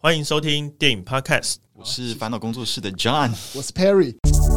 欢迎收听电影 Podcast， 我是烦恼工作室的 John， 我是 Perry。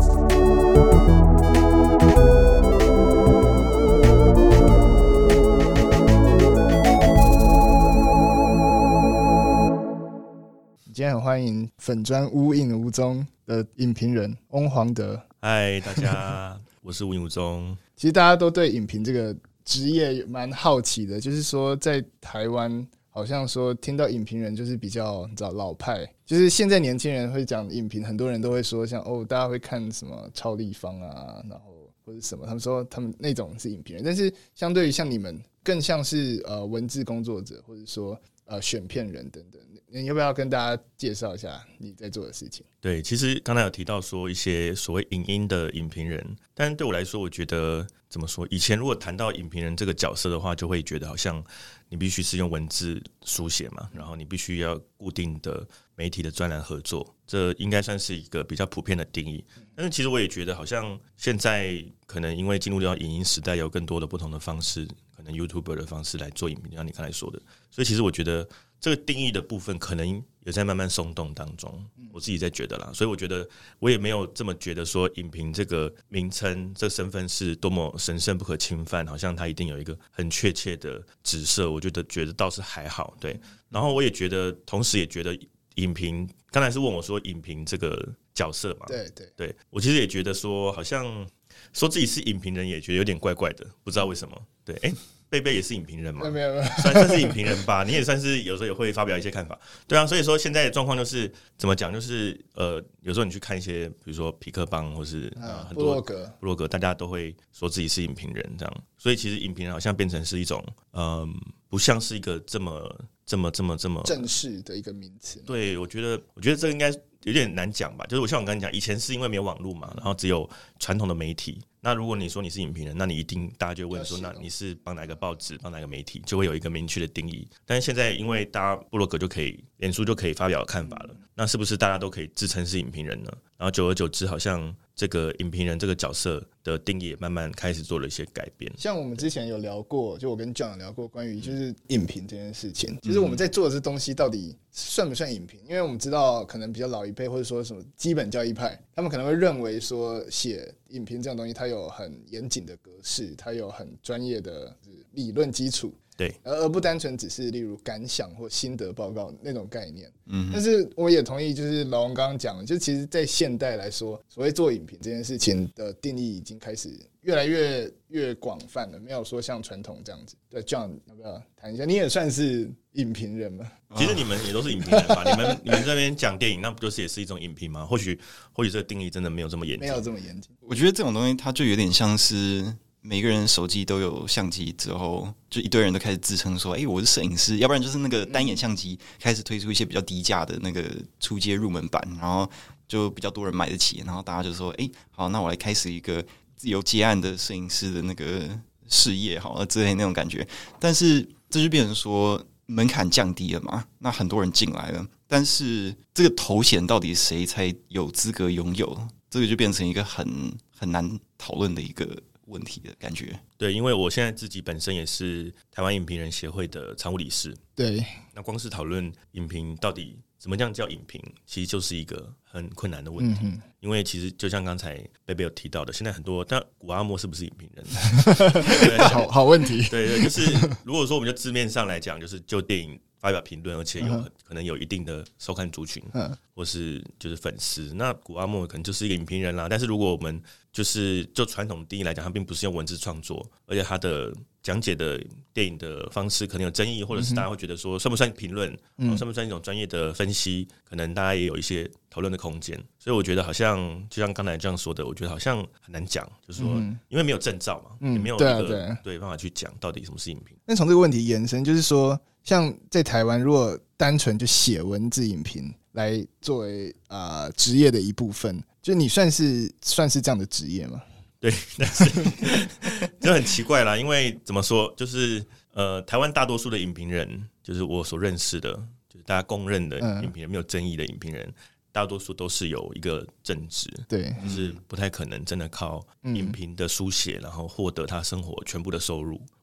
今天很欢迎粉专无影无踪的影评人翁黄德。 嗨，大家，我是无影无踪。 其实大家都对影评这个职业蛮好奇的，就是说在台湾好像说听到影评人就是比较你知道老派，就是现在年轻人会讲影评，很多人都会说像大家会看什么超立方啊，然后或者什么，他们说他们那种是影评人，但是相对于像你们更像是文字工作者，或者说选片人等等，你要不要跟大家介绍一下你在做的事情？ 对，其实刚才有提到说一些所谓影音的影评人，但对我来说，我觉得怎么说？以前如果谈到影评人这个角色的话，就会觉得好像你必须是用文字书写嘛，然后你必须要固定的媒体的专栏合作，这应该算是一个比较普遍的定义。但是其实我也觉得，好像现在可能因为进入到影音时代，有更多的不同的方式，可能 YouTuber 的方式来做影评，像你刚才说的，所以其实我觉得这个定义的部分可能也在慢慢松动当中，我自己在觉得啦，所以我觉得我也没有这么觉得说影评这个名称、这个身份是多么神圣不可侵犯，好像它一定有一个很确切的指涉，我觉得倒是还好，对。然后我也觉得，同时也觉得影评，刚才是问我说影评这个角色嘛，对，我其实也觉得说，好像说自己是影评人也觉得有点怪怪的，不知道为什么，对，贝贝也是影评人嘛？ 没有， 算是影评人吧。你也算是有时候也会发表一些看法，对啊。所以说现在的状况就是怎么讲，就是有时候你去看一些，比如说痞客邦或是很多部落格，大家都会说自己是影评人这样。所以其实影评人好像变成是一种不像是一个这么正式的一个名词。 对，我觉得这个应该有点难讲吧。就是像我刚才讲，以前是因为没有网络嘛，然后只有传统的媒体。那如果你说你是影评人，那你一定大家就会问说，那你是帮哪个报纸、帮哪个媒体，就会有一个明确的定义。但是现在因为大家部落格就可以、脸书就可以发表看法了，那是不是大家都可以自称是影评人呢？然后久而久之，好像这个影评人这个角色的定义也慢慢开始做了一些改变。 像我们之前有聊过，就我跟 John 有聊过关于就是影评这件事情，就是我们在做的这东西到底算不算影评？因为我们知道可能比较老一辈或者说什么基本教义派，他们可能会认为说写影评这种东西，它有很严谨的格式，它有很专业的理论基础， 对， 而不单纯只是例如感想或心得报告那种概念。但是我也同意，就是老王刚刚讲的，就其实在现代来说，所谓做影评这件事情的定义已经开始越来越广泛了，没有说像传统这样子。对 ，John 要不要谈一下？你也算是影评人吗？ 其实你们也都是影评人吧？你们这边讲电影，那不就是也是一种影评吗？或许这个定义真的没有这么严谨， 没有这么严谨。 我觉得这种东西它就有点像是每个人手机都有相机之后，就一堆人都开始自称说，我是摄影师，要不然就是那个单眼相机开始推出一些比较低价的那个初阶入门版，然后就比较多人买得起，然后大家就说，好，那我来开始一个自由接案的摄影师的那个事业，好了之类那种感觉。但是这就变成说门槛降低了嘛，那很多人进来了，但是这个头衔到底谁才有资格拥有，这个就变成一个很难讨论的一个问题的感觉。 对，因为我现在自己本身也是台湾影评人协会的常务理事。 对， 那光是讨论影评到底怎么样叫影评，其实就是一个很困难的问题。因为其实就像刚才贝贝有提到的，现在很多，但古阿莫是不是影评人？ 好问题。 对，就是如果说我们就字面上来讲，就是就电影发表评论，而且可能有一定的收看族群，或是就是粉丝，那古阿莫可能就是一个影评人啦。但是如果我们就传统定义来讲，他并不是用文字创作，而且他的讲解的电影的方式可能有争议，或者是大家会觉得说算不算评论，算不算一种专业的分析，可能大家也有一些讨论的空间。所以我觉得好像就像刚才这样说的，我觉得好像很难讲，就是说因为没有证照嘛，也没有一个对办法去讲到底什么是影评。 那从这个问题延伸，就是说，像在台湾，如果单纯就写文字影评来作为职业的一部分，就你算是这样的职业吗？ 对，但是就很奇怪啦，因为怎么说，就是台湾大多数的影评人，就是我所认识的，就是大家公认的影评人，没有争议的影评人，大多数都是有一个正职， 对， 就是不太可能真的靠影评的书写，然后获得他生活全部的收入。我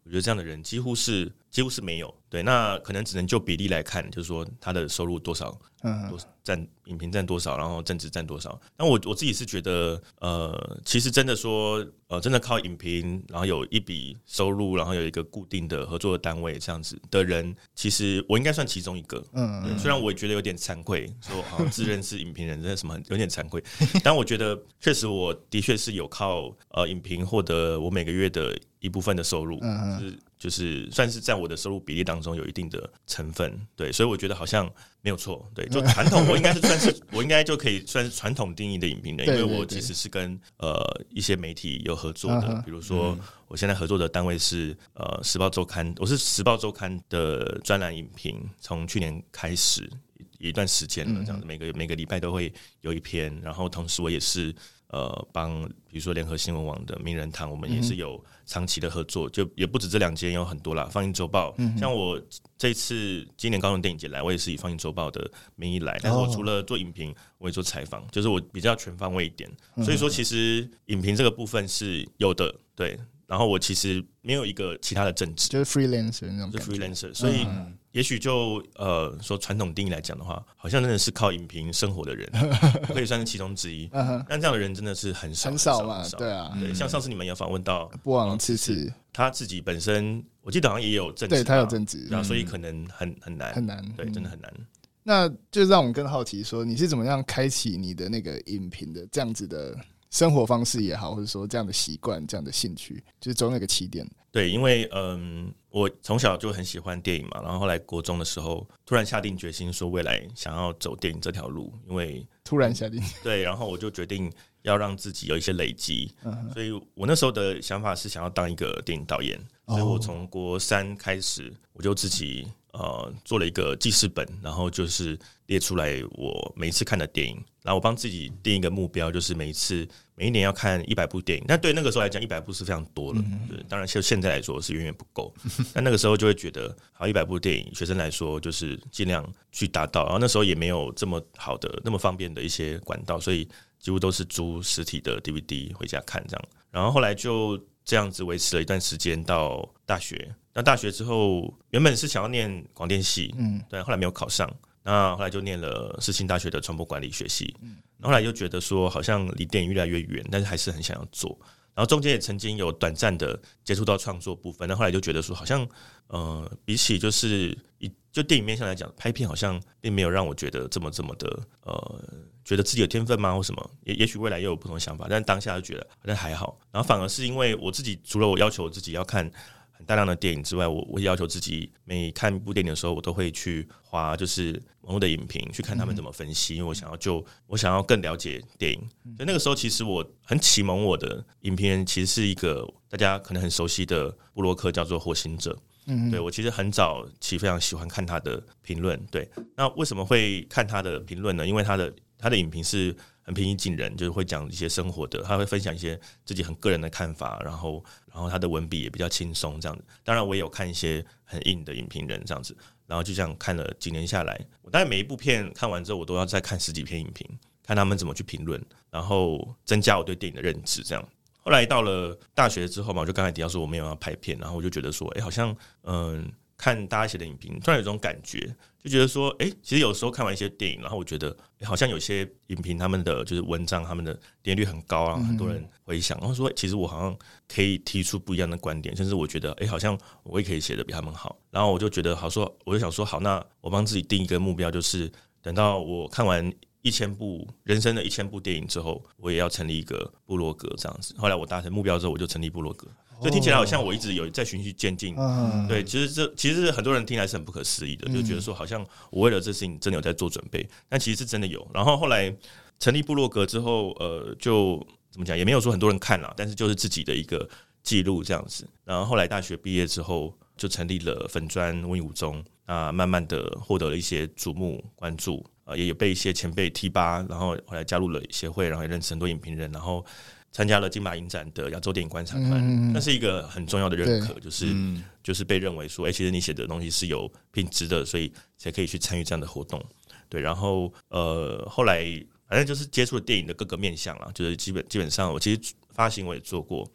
我觉得这样的人几乎是没有。对，那可能只能就比例来看，就是说他的收入多少，占影评占多少，然后正职占多少。那我自己是觉得，其实真的说，真的靠影评，然后有一笔收入，然后有一个固定的合作的单位这样子的人，其实我应该算其中一个。虽然我也觉得有点惭愧，说好像自认是影评人，真的什么有点惭愧。但我觉得确实我的确是有靠影评获得我每个月的一部分的收入，就是算是在我的收入比例当中有一定的成分，对，所以我觉得好像没有错，对，就传统我应该就可以算是传统定义的影评人，因为我其实是跟一些媒体有合作的，比如说我现在合作的单位是时报周刊，我是时报周刊的专栏影评，从去年开始一段时间了，这样子每个礼拜都会有一篇，然后同时我也是帮比如说联合新闻网的名人堂，我们也是有长期的合作，就也不止这2间，有很多啦。放映周报，像我这次今年高雄电影节来，我也是以放映周报的名义来，但是我除了做影评，我也做采访，就是我比较全方位一点。所以说，其实影评这个部分是有的，对。然后我其实没有一个其他的正职， 就是 freelancer 那种感觉，是 freelancer， 所以也许就说传统定义来讲的话，好像真的是靠影评生活的人，我可以算是其中之一。但这样的人真的是很少嘛， 对啊， 对，像上次你们有访问到波昂次次， 他自己本身我记得好像也有正职， 对他有正职， 所以可能很难，对，真的很难。 那就让我们更好奇说，你是怎么样开启你的那个影评的这样子的生活方式也好，或者说这样的习惯、这样的兴趣，就是总有个起点。 对，因为我从小就很喜欢电影嘛，然后后来国中的时候，突然下定决心说未来想要走电影这条路，因为突然下定对，然后我就决定要让自己有一些累积，所以我那时候的想法是想要当一个电影导演，所以我从国3开始，我就自己做了一个记事本，然后就是列出来我每一次看的电影，然后我帮自己定一个目标，就是每一年要看100部电影。但对那个时候来讲，100部是非常多了，当然就现在来说是远远不够。但那个时候就会觉得，好，100部电影，学生来说就是尽量去达到。然后那时候也没有这么好的、那么方便的一些管道，所以几乎都是租实体的 DVD 回家看这样。然后后来就这样子维持了一段时间到大学。那大学之后，原本是想要念广电系，对，后来没有考上。那后来就念了世新大学的传播管理学系。后来又觉得说，好像离电影越来越远，但是还是很想要做。然后中间也曾经有短暂的接触到创作部分，但后来就觉得说，好像比起就电影面向来讲，拍片好像并没有让我觉得这么的觉得自己有天分吗或什么，也许未来也有不同的想法，但当下就觉得好像还好。然后反而是因为我自己，除了我要求我自己要看很大量的电影之外，我要求自己每看一部电影的时候，我都会去滑就是网络的影评，去看他们怎么分析，因为我想要更了解电影。所以那个时候，其实我很启蒙我的影评人，其实是一个大家可能很熟悉的部落客，叫做火星者。对，我其实很早期非常喜欢看他的评论。对，那为什么会看他的评论呢？因为他的影评是很平易近人，就是会讲一些生活的，他会分享一些自己很个人的看法，然后他的文笔也比较轻松这样子。当然我也有看一些很硬的影评人这样子，然后就这样看了几年下来，我大概每一部片看完之后，我都要再看10几篇影评，看他们怎么去评论，然后增加我对电影的认知这样。后来到了大学之后嘛，我就刚才提到说我没有要拍片，然后我就觉得说，好像看大家写的影评，突然有一种感觉，就觉得说，其实有时候看完一些电影，然后我觉得，好像有些影评他们的就是文章，他们的点阅率很高啊，很多人回想，然后说，其实我好像可以提出不一样的观点，甚至我觉得，好像我也可以写的比他们好。然后我就觉得，我就想说，好，那我帮自己定一个目标，就是等到我看完1000部人生的1000部电影之后，我也要成立一个部落格这样子。后来我达成目标之后，我就成立部落格。所以听起来好像我一直有在循序渐进，对，其实很多人听来是很不可思议的，就觉得说好像我为了这事情真的有在做准备，但其实是真的有。然后后来成立部落格之后，就怎么讲，也没有说很多人看啦，但是就是自己的一个记录这样子。然后后来大学毕业之后，就成立了粉专文艺五中，慢慢的获得了一些瞩目关注，也有被一些前辈提拔，然后后来加入了协会，然后也认识很多影评人，然后参加了金马影展的亚洲电影观察团，那是一个很重要的认可，就是被认为说，其实你写的东西是有品质的，所以才可以去参与这样的活动。对，然后后来反正就是接触了电影的各个面向啦，就是基本上我其实发行我也做过，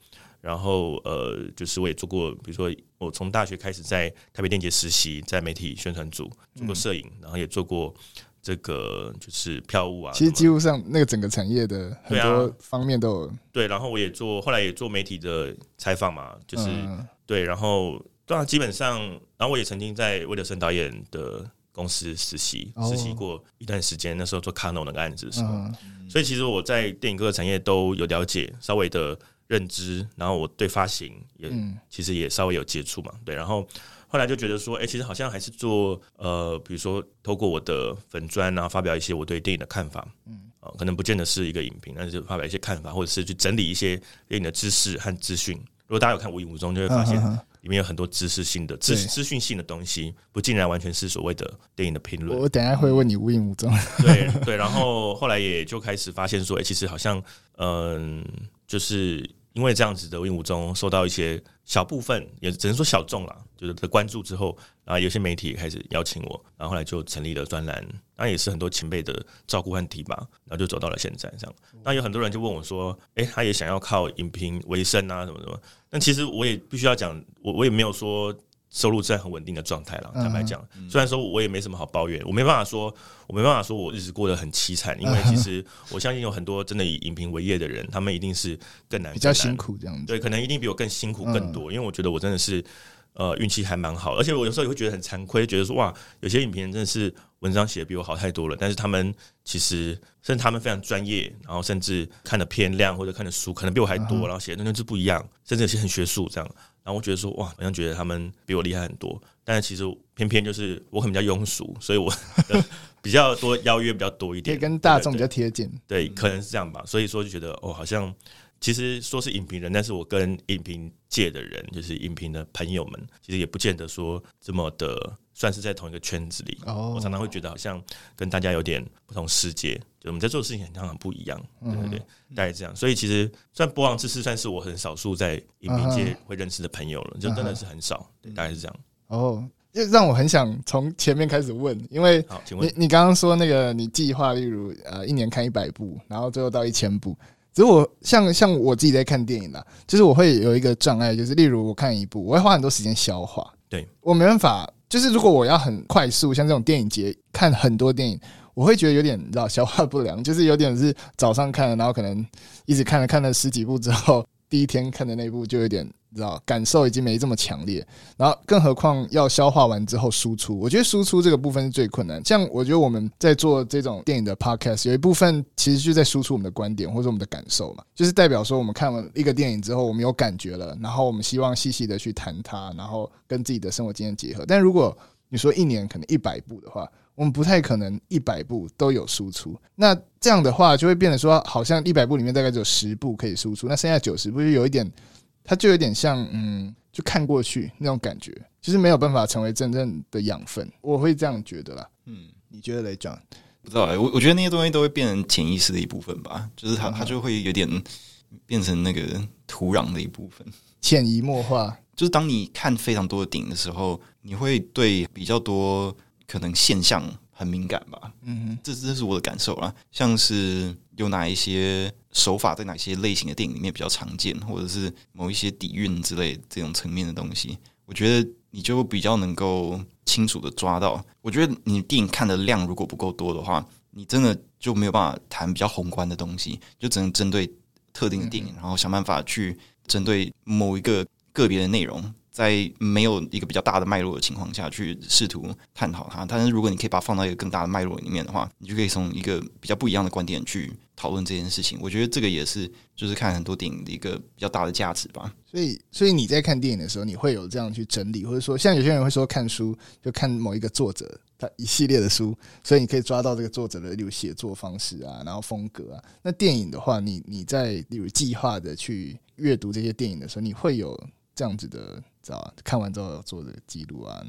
然后就是我也做过，比如说我从大学开始在台北电影节实习，在媒体宣传组做过摄影，然后也做过这个就是票务啊。 其实几乎上那个整个产业的很多方面都有。 对，然后我也后来也做媒体的采访嘛，就是、对，然后当然基本上，然后我也曾经在威德森导演的公司实习过一段时间，那时候做 Kano 那个案子的时候，所以其实我在电影各个产业都有了解，稍微的认知，然后我对发行也、其实也稍微有接触嘛，对，然后后来就觉得说，其实好像还是做比如说透过我的粉专，然后发表一些我对电影的看法，可能不见得是一个影评，但是就发表一些看法，或者是去整理一些电影的知识和资讯。如果大家有看无影无踪，就会发现里面有很多知识性的、资讯性的东西，不尽然完全是所谓的电影的评论。 我等一下会问你无影无踪。 对，然后后来也就开始发现说，其实好像就是因为这样子的无影无踪，受到一些小部分，也只能说小众啦，就是的关注之后，然后有些媒体也开始邀请我，然后后来就成立了专栏，当然也是很多前辈的照顾和提拔，然后就走到了现在这样。那有很多人就问我说，他也想要靠影评为生啊，什么什么。但其实我也必须要讲，我也没有说收入在很稳定的状态了。坦白讲，虽然说我也没什么好抱怨，我没办法说我日子过得很凄惨，因为其实我相信有很多真的以影评为业的人，他们一定是更难， 比较辛苦这样子。 对，可能一定比我更辛苦更多，因为我觉得我真的是运气还蛮好，而且我有时候也会觉得很惭愧，觉得说哇，有些影评人真的是文章写的比我好太多了，但是他们其实甚至他们非常专业，然后甚至看的片量或者看的书可能比我还多，然后写的东西是不一样，甚至有些很学术这样。然后我觉得说哇，好像觉得他们比我厉害很多，但是其实偏偏就是我可能比较庸俗，所以我比较多邀约比较多一点， 可以跟大众比较贴近。 对，可能是这样吧。所以说就觉得好像其实说是影评人，但是我跟影评界的人，就是影评的朋友们，其实也不见得说这么的算是在同一个圈子里。我常常会觉得好像跟大家有点不同世界，就我们在做的事情常常不一样，对，大概这样。所以其实算波王之士算是我很少数在影评界会认识的朋友了，就真的是很少，大概是这样。 就让我很想从前面开始问，因为你刚刚说那个你计划，例如一年看100部，然后最后到1000部。只是我像我自己在看电影啦，就是我会有一个障碍，就是例如我看一部，我会花很多时间消化。 对， 我没办法，就是如果我要很快速，像这种电影节看很多电影，我会觉得有点你知道消化不良，就是有点是早上看了，然后可能一直看了10几部之后，第一天看的那部就有点你知道感受已经没这么强烈，然后更何况要消化完之后输出，我觉得输出这个部分是最困难。像我觉得我们在做这种电影的 podcast， 有一部分其实就在输出我们的观点或者我们的感受嘛，就是代表说我们看完一个电影之后，我们有感觉了，然后我们希望细细的去谈它，然后跟自己的生活经验结合。但如果你说一年可能100部的话，我们不太可能100部都有输出，那这样的话就会变得说，好像100部里面大概只有10部可以输出，那剩下90部就有一点，它就有点像就看过去那种感觉，就是没有办法成为真正的养分，我会这样觉得啦。你觉得雷John？ 不知道我觉得那些东西都会变成潜意识的一部分吧，就是它就会有点变成那个土壤的一部分， 潜移默化。 就是当你看非常多的电影的时候，你会对比较多可能现象很敏感吧。这是我的感受啦。像是有哪一些手法在哪些类型的电影里面比较常见，或者是某一些底蕴之类这种层面的东西，我觉得你就比较能够清楚的抓到。我觉得你电影看的量如果不够多的话，你真的就没有办法谈比较宏观的东西，就只能针对特定的电影，然后想办法去针对某一个个别的内容，在没有一个比较大的脉络的情况下去试图探讨它。但是如果你可以把它放到一个更大的脉络里面的话，你就可以从一个比较不一样的观点去讨论这件事情。我觉得这个也是就是看很多电影的一个比较大的价值吧。 所以你在看电影的时候，你会有这样去整理，或者说像有些人会说看书就看某一个作者他一系列的书，所以你可以抓到这个作者的例如写作方式啊，然后风格啊。那电影的话，你在例如计划的去阅读这些电影的时候，你会有这样子的，知道看完之后有做的记录啊，然后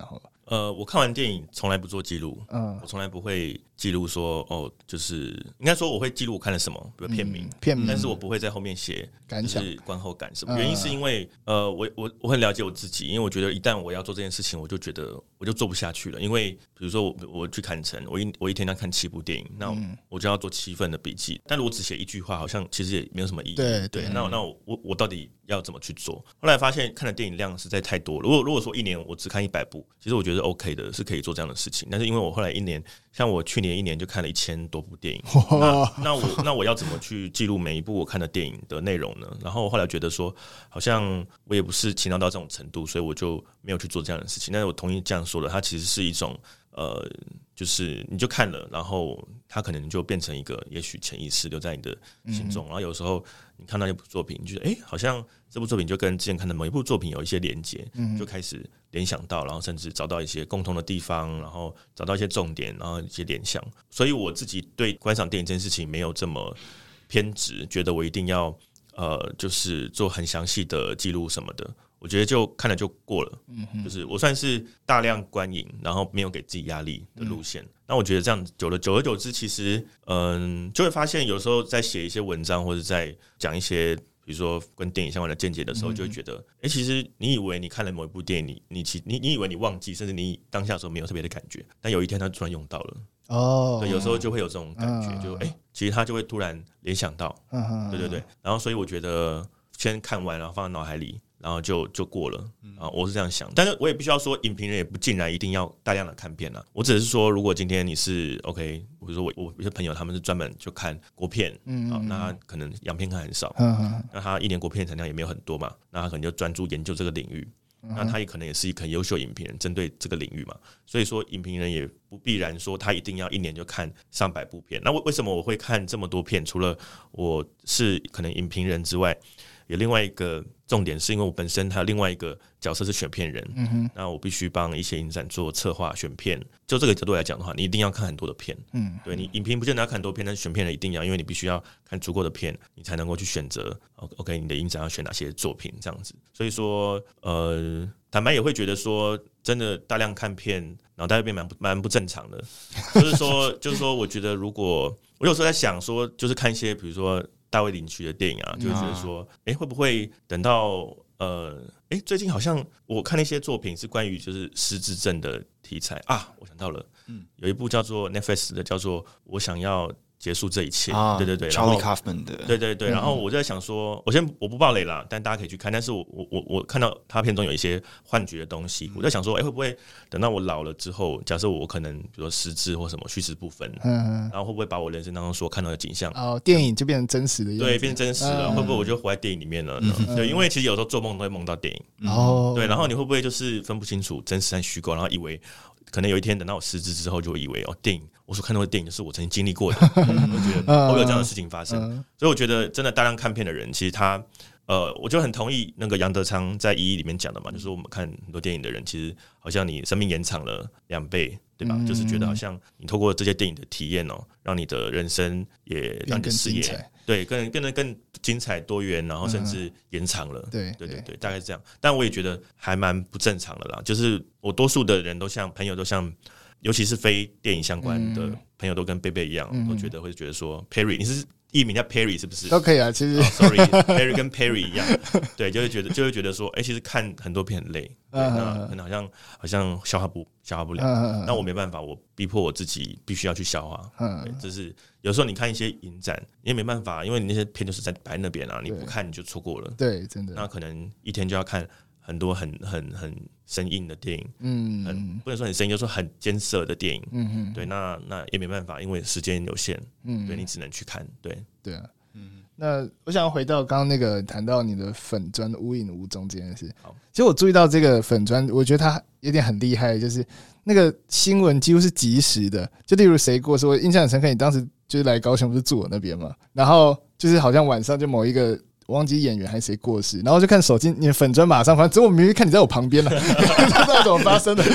我看完电影从来不做记录，我从来不会记录说就是应该说我会记录我看了什么，比如片名，但是我不会在后面写感想、 就是观后感什么。原因是因为我很了解我自己，因为我觉得一旦我要做这件事情，我就觉得我就做不下去了。因为比如说我去坎城，我一天要看7部电影，那我就要做7份的笔记。但如果只写一句话，好像其实也没有什么意义。对，那我到底要怎么去做？后来发现看的电影量实在太多了。如果说一年我只看100部，其实我觉得 OK 的，是可以做这样的事情。但是因为我后来一年，像我去年1年就看了1000多部电影，那我要怎么去记录每一部我看的电影的内容呢？然后后来觉得说，好像我也不是勤劳到这种程度，所以我就没有去做这样的事情。但是我同意这样说的，它其实是一种就是你就看了，然后它可能就变成一个也许潜意识留在你的心中，然后有时候你看到一部作品，你觉得好像这部作品就跟之前看的某一部作品有一些连结，就开始联想到，然后甚至找到一些共同的地方，然后找到一些重点，然后一些联想。所以我自己对观赏电影这件事情没有这么偏执，觉得我一定要就是做很详细的记录什么的。我觉得就看了就过了，就是我算是大量观影，然后没有给自己压力的路线。那我觉得这样久而久之，其实就会发现有时候在写一些文章或者在讲一些比如说跟电影相关的见解的时候，就会觉得，其实你以为你看了某一部电影，你以为你忘记，甚至你当下的时候没有特别的感觉，但有一天它突然用到了。对，有时候就会有这种感觉，就其实他就会突然联想到，对，然后所以我觉得先看完，然后放在脑海里。然后就过了啊，我是这样想，但是我也必须要说，影评人也不尽然一定要大量的看片啊。我只是说，如果今天你是 OK， 比如说我有些朋友他们是专门就看国片，那他可能洋片看很少，那他一年国片产量也没有很多嘛，那他可能就专注研究这个领域，那他也可能也是一个很优秀影评人，针对这个领域嘛。所以说，影评人也不必然说他一定要一年就看上百部片。那为什么我会看这么多片？除了我是可能影评人之外，有另外一个重点是因为我本身还有另外一个角色是选片人，那我必须帮一些影展做策划选片。就这个角度来讲的话，你一定要看很多的片，对，你影评不见得要看很多片，但是选片人一定要，因为你必须要看足够的片，你才能够去选择 OK 你的影展要选哪些作品这样子。所以说坦白也会觉得说，真的大量看片，脑袋变蛮不正常的。就是说，我觉得如果我有时候在想说，就是看一些比如说大卫林区的电影啊，就会觉得说，会不会等到最近好像我看那些作品是关于就是失智症的题材啊，我想到了，有一部叫做 Netflix 的，叫做《我想要结束这一切》，对 Charlie Kaufman 的， 对，然后我就在想说，我不爆雷啦，但大家可以去看。但是我看到他片中有一些幻觉的东西，我在想说，会不会等到我老了之后，假设我可能比如说失智或什么虚实不分，然后会不会把我人生当中所看到的景象， 电影就变成真实的样子， 对，变成真实了，会不会我就活在电影里面了？对，因为其实有时候做梦都会梦到电影，对，然后你会不会就是分不清楚真实和虚构，然后以为可能有一天等到我失智之后，就会以为电影我所看到的电影就是我曾经经历过的，我觉得会有这样的事情发生，所以我觉得真的大量看片的人，其实他我就很同意那个杨德昌在《一》里面讲的嘛，就是我们看很多电影的人，其实好像你生命延长了2倍，对吧？就是觉得好像你透过这些电影的体验让你的人生也让你的视野对更精彩多元，然后甚至延长了，对，大概是这样。但我也觉得还蛮不正常的啦，就是我多数的人都像朋友，都像尤其是非电影相关的朋友，都跟贝贝一样，都会觉得说 Perry 你是艺名叫 Perry 是不是？ 都可以啊，其实 sorry Perry 跟 Perry 一样，对，就会觉得说，其实看很多片很累，那可能好像消化不了，那我没办法，我逼迫我自己必须要去消化，这是有时候你看一些影展，你也没办法，因为你那些片就是在摆那边啊，你不看你就错过了， 对，真的， 那可能一天就要看很多很生硬的电影，不能说很生硬，就说很艰涩的电影，对，那也没办法，因为时间有限，对，你只能去看，对啊， 那我想要回到刚刚那个谈到你的粉专无影无踪这件事，其实我注意到这个粉专，我觉得它有点很厉害，就是那个新闻几乎是即时的，就例如谁过世，我印象很深刻，你当时就是来高雄不是住我那边嘛，然后就是好像晚上就某一个。我忘记演员还是谁过世，然后就看手机，你的粉专马上反正我明明看你在我旁边了，不知道怎么发生的。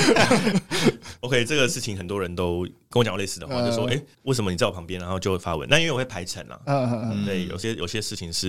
OK， 这个事情很多人都跟我讲过类似的话，就说为什么你在我旁边，然后就会发文？那因为我会排程啦，对，有些事情是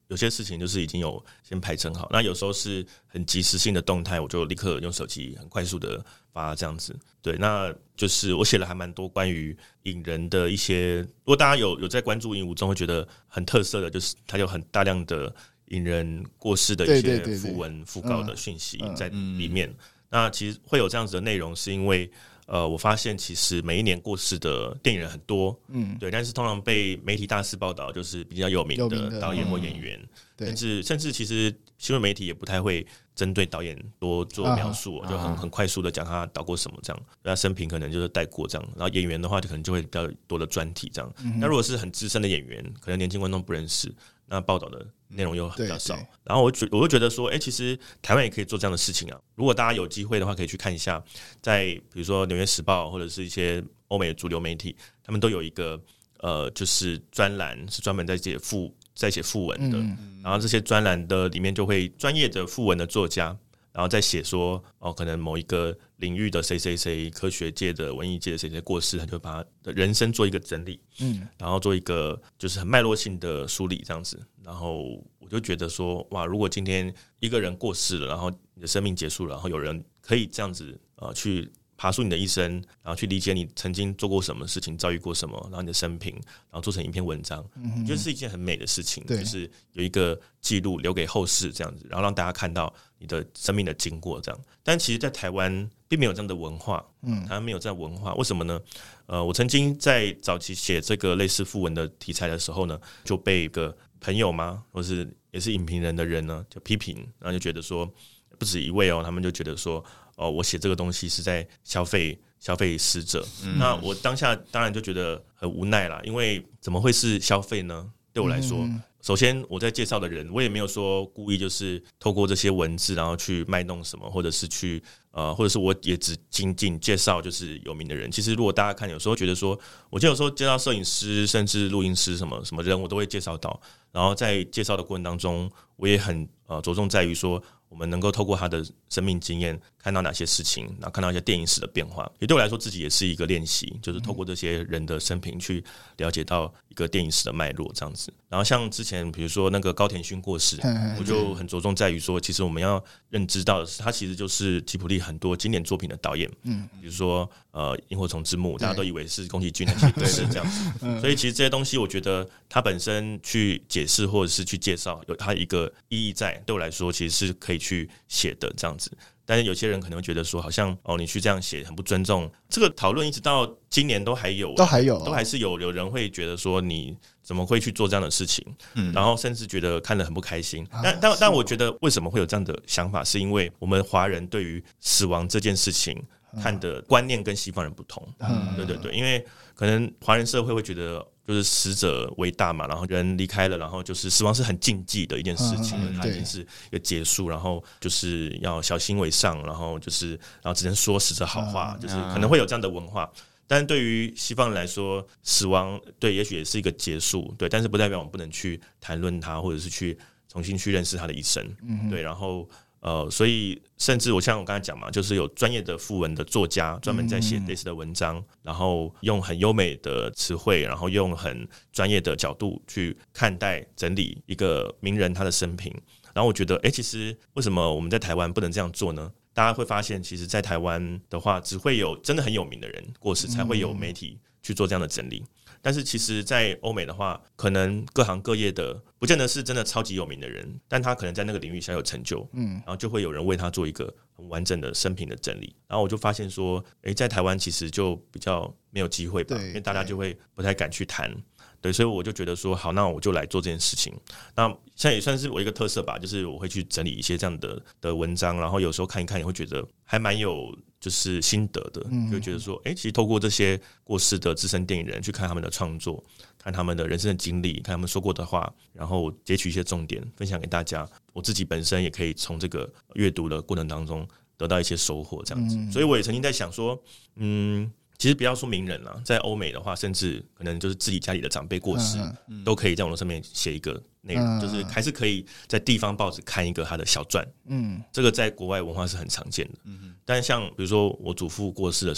有些事情就是已经有先排程好，那有时候是很即时性的动态，我就立刻用手机很快速的发这样子。对，那就是我写了还蛮多关于引人的一些，如果大家有在关注影武中，会觉得很特色的，就是它有很大量的引人过世的一些讣文讣告的讯息在里面。那其实会有这样子的内容，是因为我发现其实每一年过世的电影人很多，对，但是通常被媒体大肆报道，就是比较有名的导演或演员，甚至其实新闻媒体也不太会针对导演多做描述，就很快速的讲他导过什么这样，他生平可能就是带过这样，然后演员的话就可能就会比较多的专题这样。那如果是很资深的演员，可能年轻观众不认识，那报道的内容又比较少。然后我就觉得说，其实台湾也可以做这样的事情啊。如果大家有机会的话，可以去看一下，在比如说《纽约时报》或者是一些欧美的主流媒体，他们都有一个就是专栏是专门在写讣文的。然后这些专栏的里面就会专业的讣文的作家，然后再写说可能某一个领域的谁谁谁，科学界的、文艺界的谁谁过世，他就把他的人生做一个整理，然后做一个就是很脉络性的梳理这样子。然后我就觉得说，哇，如果今天一个人过世了，然后你的生命结束了，然后有人可以这样子去爬出你的一生，然后去理解你曾经做过什么事情，遭遇过什么，然后你的生平，然后做成一篇文章，我觉得是一件很美的事情，就是有一个记录留给后世这样子，然后让大家看到你的生命的经过这样。但其实在台湾并没有这样的文化，台湾没有这样的文化，为什么呢？我曾经在早期写这个类似讣文的题材的时候呢，就被一个朋友嘛，或是也是影评人的人呢，就批评，然后就觉得说，不止一位他们就觉得说，我写这个东西是在消费死者。那我当下当然就觉得很无奈啦，因为怎么会是消费呢？对我来说，首先我在介绍的人，我也没有说故意就是透过这些文字然后去卖弄什么，或者是去或者是我也只仅仅介绍就是有名的人。其实如果大家看，有时候觉得说，我有时候介绍摄影师甚至录音师什么什么人，我都会介绍到。然后在介绍的过程当中，我也很着重在于说，我们能够透过他的生命经验看到哪些事情，然后看到一些电影史的变化，也对我来说自己也是一个练习，就是透过这些人的生平去了解到一个电影史的脉络这样子。然后像之前比如说那个高田勋过世，我就很着重在于说，其实我们要认知到的是，他其实就是吉卜力很多经典作品的导演，比如说萤火虫之墓，大家都以为是宫崎骏的故事这样子，所以其实这些东西我觉得他本身去解释或者是去介绍有他一个意义在，对我来说其实是可以去写的这样子。但是有些人可能会觉得说，好像你去这样写很不尊重。这个讨论一直到今年都还是有人会觉得说，你怎么会去做这样的事情？然后甚至觉得看得很不开心。但我觉得为什么会有这样的想法，是因为我们华人对于死亡这件事情看的观念跟西方人不同。对，因为可能华人社会会觉得，就是死者为大嘛，然后人离开了，然后就是死亡是很禁忌的一件事情，它已经是一个结束，然后就是要小心为上，然后只能说死者好话，就是可能会有这样的文化。但是对于西方人来说，死亡对也许也是一个结束，对，但是不代表我们不能去谈论它，或者是去重新去认识他的一生，对，然后所以甚至我刚才讲嘛，就是有专业的讣文的作家专门在写类似的文章，然后用很优美的词汇，然后用很专业的角度去看待整理一个名人他的生平。然后我觉得其实为什么我们在台湾不能这样做呢？大家会发现其实在台湾的话，只会有真的很有名的人过世才会有媒体去做这样的整理。但是其实在欧美的话，可能各行各业的不见得是真的超级有名的人，但他可能在那个领域小有成就，然后就会有人为他做一个很完整的生平的整理。然后我就发现说，在台湾其实就比较没有机会吧，因为大家就会不太敢去谈。对，所以我就觉得说，好，那我就来做这件事情。那现在也算是我一个特色吧，就是我会去整理一些这样的文章，然后有时候看一看，也会觉得还蛮有就是心得的，就觉得说，其实透过这些过世的资深电影人去看他们的创作，看他们的人生的经历，看他们说过的话，然后截取一些重点分享给大家。我自己本身也可以从这个阅读的过程当中得到一些收获，这样子。所以我也曾经在想说，其实不要说名人啦，在欧美的话，甚至可能就是自己家里的长辈过世，都可以在网络上面写一个内容，就是还是可以在地方报纸看一个他的小传。这个在国外文化是很常见的。但是像比如说我祖父过世的时候，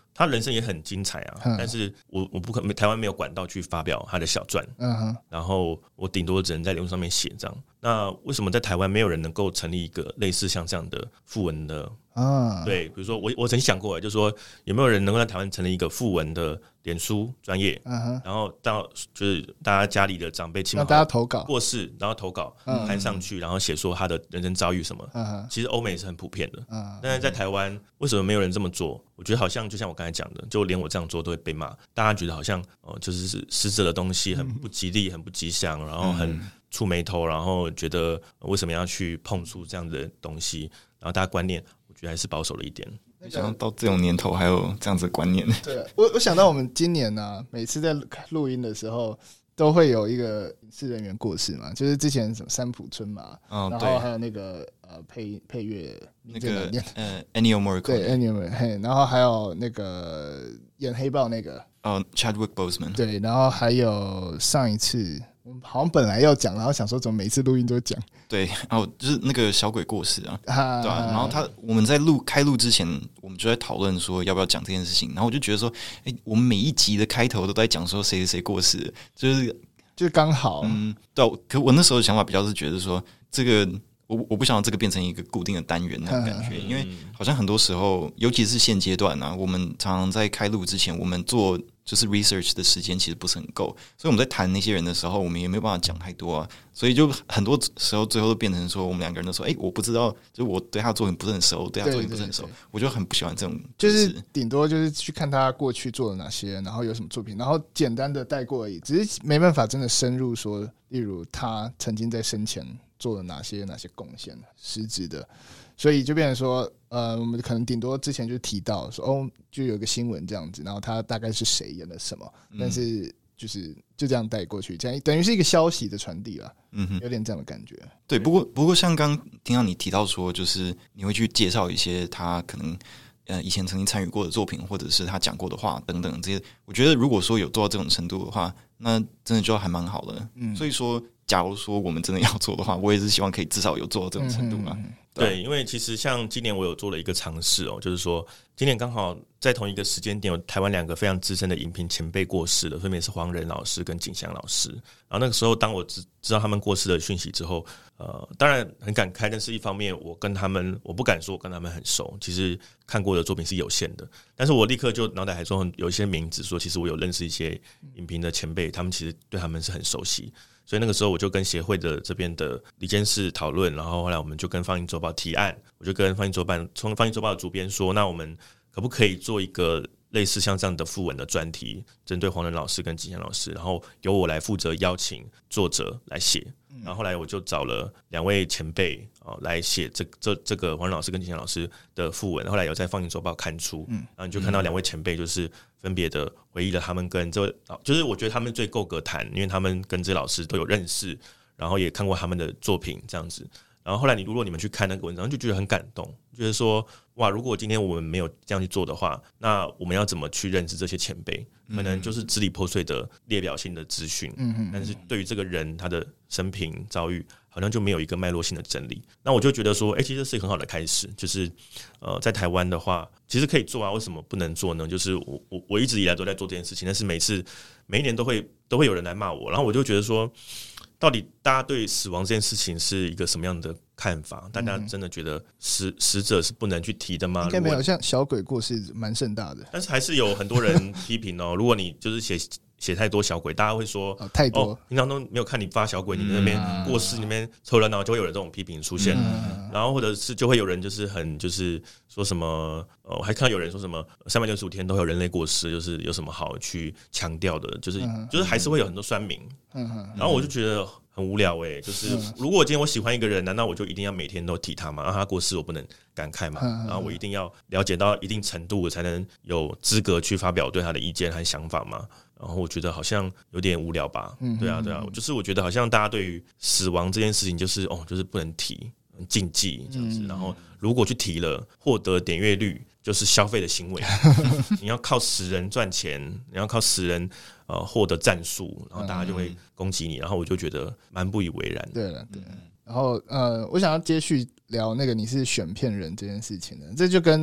他人生也很精彩啊，但是我不可能台湾没有管道去发表他的小传，然后我顶多只能在脸书上面写这样。那为什么在台湾没有人能够成立一个类似像这样的副文的？对，比如说我曾经想过，就是说有没有人能够在台湾成立一个副文的脸书专业，然后到就是大家家里的长辈亲朋让大家投稿过世，然后投稿摊上去，然后写说他的人生遭遇什么。其实欧美是很普遍的，但是在台湾为什么没有人这么做？我觉得好像就像我刚才讲的，就连我这样做都会被骂，大家觉得好像就是死者的东西很不吉利、很不吉祥，然后很触眉头，然后觉得为什么要去碰触这样的东西，然后大家观念我觉得还是保守了一点。 没想到这种年头还有这样子的观念。 对，我想到我们今年啊，每次在录音的时候都会有一个影视人员过世嘛，就是之前什么三浦春马，然后还有那个配乐那个Ennio Morricone， 对 Ennio Morricone， 然后还有那个演黑豹那个 Chadwick Boseman， 对，然后还有上一次我们好像本来要讲，然后想说怎么每次录音都讲， 对，然后就是那个小鬼过世啊，对吧？然后我们在开录之前，我们就在讨论说要不要讲这件事情，然后我就觉得说，我们每一集的开头都在讲说谁谁谁过世， 就刚好， 对啊，可我那时候的想法比较是觉得说，这个我不想让这个变成一个固定的单元那种感觉，因为好像很多时候，尤其是现阶段啊，我们常常在开录之前，我们做就是 research 的时间其实不是很够，所以我们在谈那些人的时候，我们也没有办法讲太多啊，所以就很多时候最后都变成说，我们两个人都说，我不知道，就是我对他的作品不是很熟，对他作品不是很熟，我就很不喜欢这种， 就是顶多就是去看他过去做了哪些，然后有什么作品，然后简单的带过而已，只是没办法真的深入说，例如他曾经在生前做了哪些贡献，实质的，所以就变成说，我们可能顶多之前就提到说，就有一个新闻这样子，然后他大概是谁演了什么，但是就这样带过去，这样等于是一个消息的传递啦，有点这样的感觉。 对，不过像刚听到你提到说，就是你会去介绍一些他可能以前曾经参与过的作品，或者是他讲过的话等等这些，我觉得如果说有做到这种程度的话，那真的就还蛮好的。所以说，假如说我们真的要做的话，我也是希望可以至少有做到这种程度嘛。 对，因为其实像今年我有做了一个尝试就是说今年刚好在同一个时间点，有台湾两个非常资深的影评前辈过世了，分别是黄仁老师跟景祥老师。然后那个时候，当我知道他们过世的讯息之后，当然很感慨，但是一方面我不敢说我跟他们很熟，其实看过的作品是有限的，但是我立刻就脑袋海中有一些名字，说其实我有认识一些影评的前辈，他们其实对他们是很熟悉。所以那个时候我就跟协会的这边的理监事讨论，然后后来我们就跟放映周报提案，我就跟放映周报的主编说，那我们可不可以做一个类似像这样的副文的专题，针对黄仁老师跟景祥老师，然后由我来负责邀请作者来写。然后后来我就找了2位前辈来写这个黄仁老师跟景祥老师的副文，后来有在放映周报刊出，然后你就看到2位前辈就是分别的回忆了他们跟就是我觉得他们最够格谈，因为他们跟这些老师都有认识，然后也看过他们的作品这样子。然后后来如果你们去看那个文章，就觉得很感动，觉得说哇，如果今天我们没有这样去做的话，那我们要怎么去认识这些前辈？可能就是支离破碎的列表性的资讯，但是对于这个人他的生平遭遇，好像就没有一个脉络性的整理。那我就觉得说，其实这是一个很好的开始，就是在台湾的话，其实可以做啊，为什么不能做呢？就是我一直以来都在做这件事情，但是每一年都会有人来骂我，然后我就觉得说，到底大家对死亡这件事情是一个什么样的看法？大家真的觉得死者是不能去提的吗？ 应该没有，像小鬼过世蛮盛大的， 但是还是有很多人批评如果你就是写太多小鬼，大家会说太多， 平常都没有看你发小鬼，你那边过世，你那边凑热闹，就会有人这种批评出现。然后或者是就会有人就是说什么，我还看到有人说什么365天都会有人类过世，就是有什么好去强调的，就是还是会有很多酸民。然后我就觉得很无聊就是如果今天我喜欢一个人，难道我就一定要每天都提他吗？让他过世我不能感慨吗？然后我一定要了解到一定程度，我才能有资格去发表对他的意见和想法吗？然后我觉得好像有点无聊吧。对啊，就是我觉得好像大家对于死亡这件事情就是就是不能提，禁忌这样子。然后如果去提了，获得点阅率就是消费的行为。你要靠死人赚钱，你要靠死人获得赞数，然后大家就会攻击你。然后我就觉得蛮不以为然。 对了。然后我想要接续聊那个你是选片人这件事情的，这就跟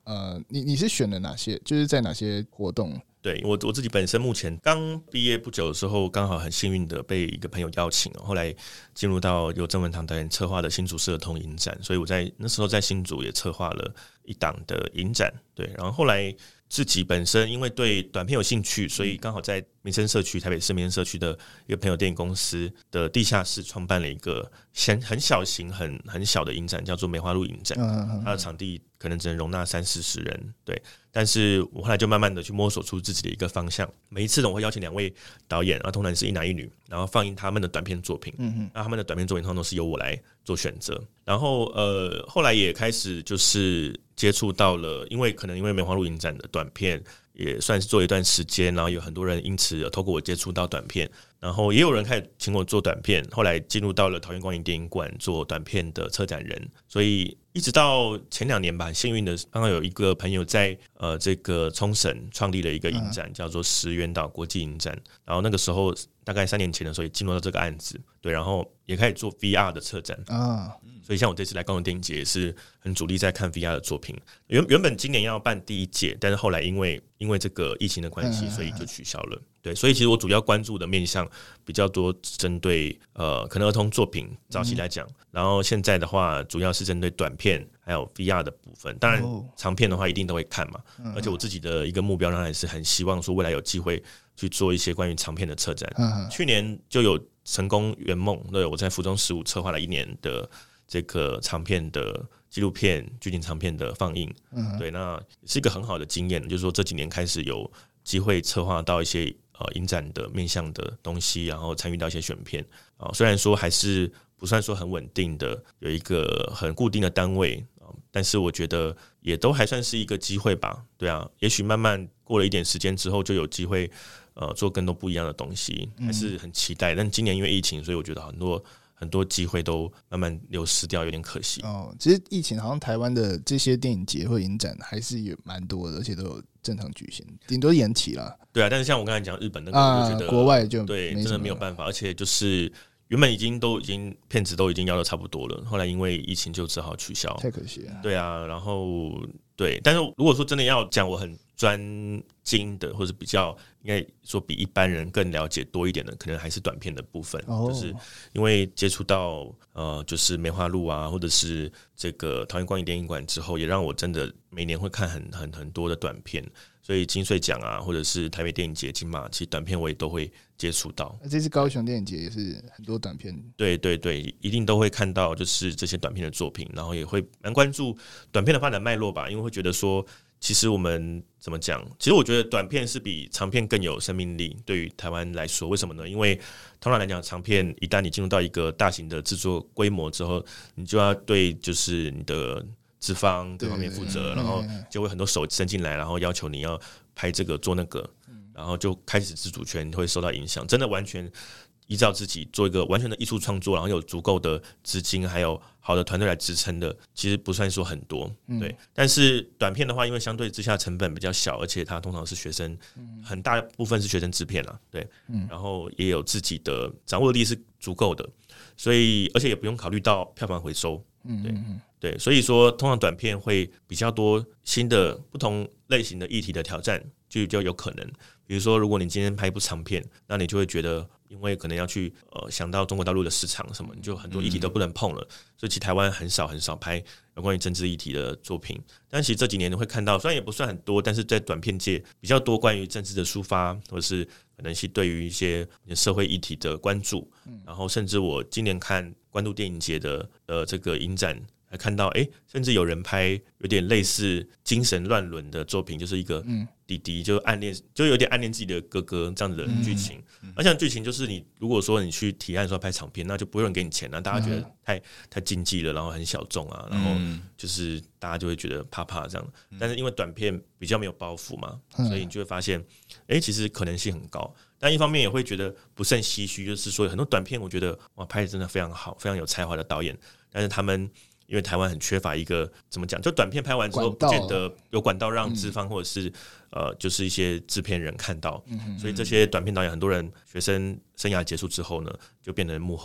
你是选了哪些？就是在哪些活动？ 对我自己本身目前刚毕业不久的时候，刚好很幸运的被一个朋友邀请，后来进入到由郑文堂导演策划的新竹社童影展，所以我在那时候在新竹也策划了一档的影展。对，然后后来自己本身因为对短片有兴趣，所以刚好在民生社区台北市民生社区的一个朋友电影公司的地下室创办了一个很小型很小的影展，叫做梅花鹿影展。它的场地可能只能容纳30-40人，对。但是我后来就慢慢的去摸索出自己的一个方向。每一次呢，我会邀请2位导演，然后通常是一男一女，然后放映他们的短片作品。那他们的短片作品通常都是由我来做选择。然后后来也开始就是接触到了，因为梅花鹿影展的短片也算是做一段时间，然后有很多人因此透过我接触到短片，然后也有人开始请我做短片，后来进入到了桃园光影电影馆做短片的策展人，所以一直到前2年吧，很幸运的刚刚有一个朋友在这个冲绳创立了一个影展，叫做石原岛国际影展，然后那个时候大概3年前的时候也进入到这个案子，对，然后也开始做 VR 的策展所以像我这次来高雄电影节也是很主力在看 VR 的作品。原本今年要办第1届，但是后来因为这个疫情的关系，所以就取消了。对，所以其实我主要关注的面向比较多，针对可能儿童作品早期来讲，然后现在的话主要是针对短片还有 VR 的部分。当然长片的话一定都会看嘛，而且我自己的一个目标当然是很希望说未来有机会去做一些关于长片的策展。去年就有成功圆梦，对，我在府中15策划了1年的这个长片的纪录片剧情长片的放映，对，那是一个很好的经验，就是说这几年开始有机会策划到一些影展的面向的东西，然后参与到一些选片虽然说还是不算说很稳定的有一个很固定的单位但是我觉得也都还算是一个机会吧，对啊，也许慢慢过了一点时间之后就有机会做更多不一样的东西，还是很期待。但今年因为疫情，所以我觉得很多机会都慢慢流失掉，有点可惜。 其实疫情好像台湾的这些电影节或影展还是有蛮多的，而且都有正常举行，顶多延期啦。 对啊，但是像我刚才讲日本那个，我就觉得国外就对真的没有办法，而且就是原本已经片子都已经要的差不多了，后来因为疫情就只好取消， 太可惜了。 对啊，然后对，但是如果说真的要讲我很专精的，或者比较应该说比一般人更了解多一点的，可能还是短片的部分，就是因为接触到就是梅花鹿啊，或者是这个桃园光影电影馆之后，也让我真的每年会看很多的短片。所以金穗奖啊，或者是台北电影节、金马，其实短片我也都会接触到。 这次高雄电影节也是很多短片， 对对对，一定都会看到就是这些短片的作品，然后也会蛮关注短片的发展脉络吧，因为会觉得说，其实我们怎么讲？其实我觉得短片是比长片更有生命力，对于台湾来说，为什么呢？因为通常来讲，长片一旦你进入到一个大型的制作规模之后，你就要对就是你的资方各方面负责，然后就会很多手伸进来，然后要求你要拍这个做那个，然后就开始自主权会受到影响。真的完全依照自己做一个完全的艺术创作，然后有足够的资金还有好的团队来支撑的，其实不算说很多，对。但是短片的话，因为相对之下成本比较小，而且它通常是学生，很大部分是学生制片啦，对，然后也有自己的掌握力是足够的，所以而且也不用考虑到票房回收，对，所以说通常短片会比较多新的不同类型的议题的挑战，就比较有可能。比如说，如果你今天拍一部长片，那你就会觉得，因为可能要去想到中国大陆的市场什么，你就很多议题都不能碰了。所以其实台湾很少拍有关于政治议题的作品。但其实这几年你会看到，虽然也不算很多，但是在短片界比较多关于政治的抒发，或者是可能是对于一些社会议题的关注。然后甚至我今年看关渡电影节的这个影展。还看到甚至有人拍有点类似精神乱伦的作品，就是一个弟弟就暗恋，就有点暗恋自己的哥哥这样子的剧情。那像剧情就是你如果说你去提案说拍长片，那就不会有人给你钱，大家觉得太禁忌了，然后很小众啊，然后就是大家就会觉得怕怕这样。但是因为短片比较没有包袱嘛，所以你就会发现其实可能性很高。但一方面也会觉得不甚唏嘘，就是说很多短片我觉得哇拍的真的非常好，非常有才华的导演，但是他们因为台湾很缺乏一个怎么讲，就短片拍完之后不见得有管道让资方或者是就是一些制片人看到，所以这些短片导演很多人学生生涯结束之后呢，就变成幕后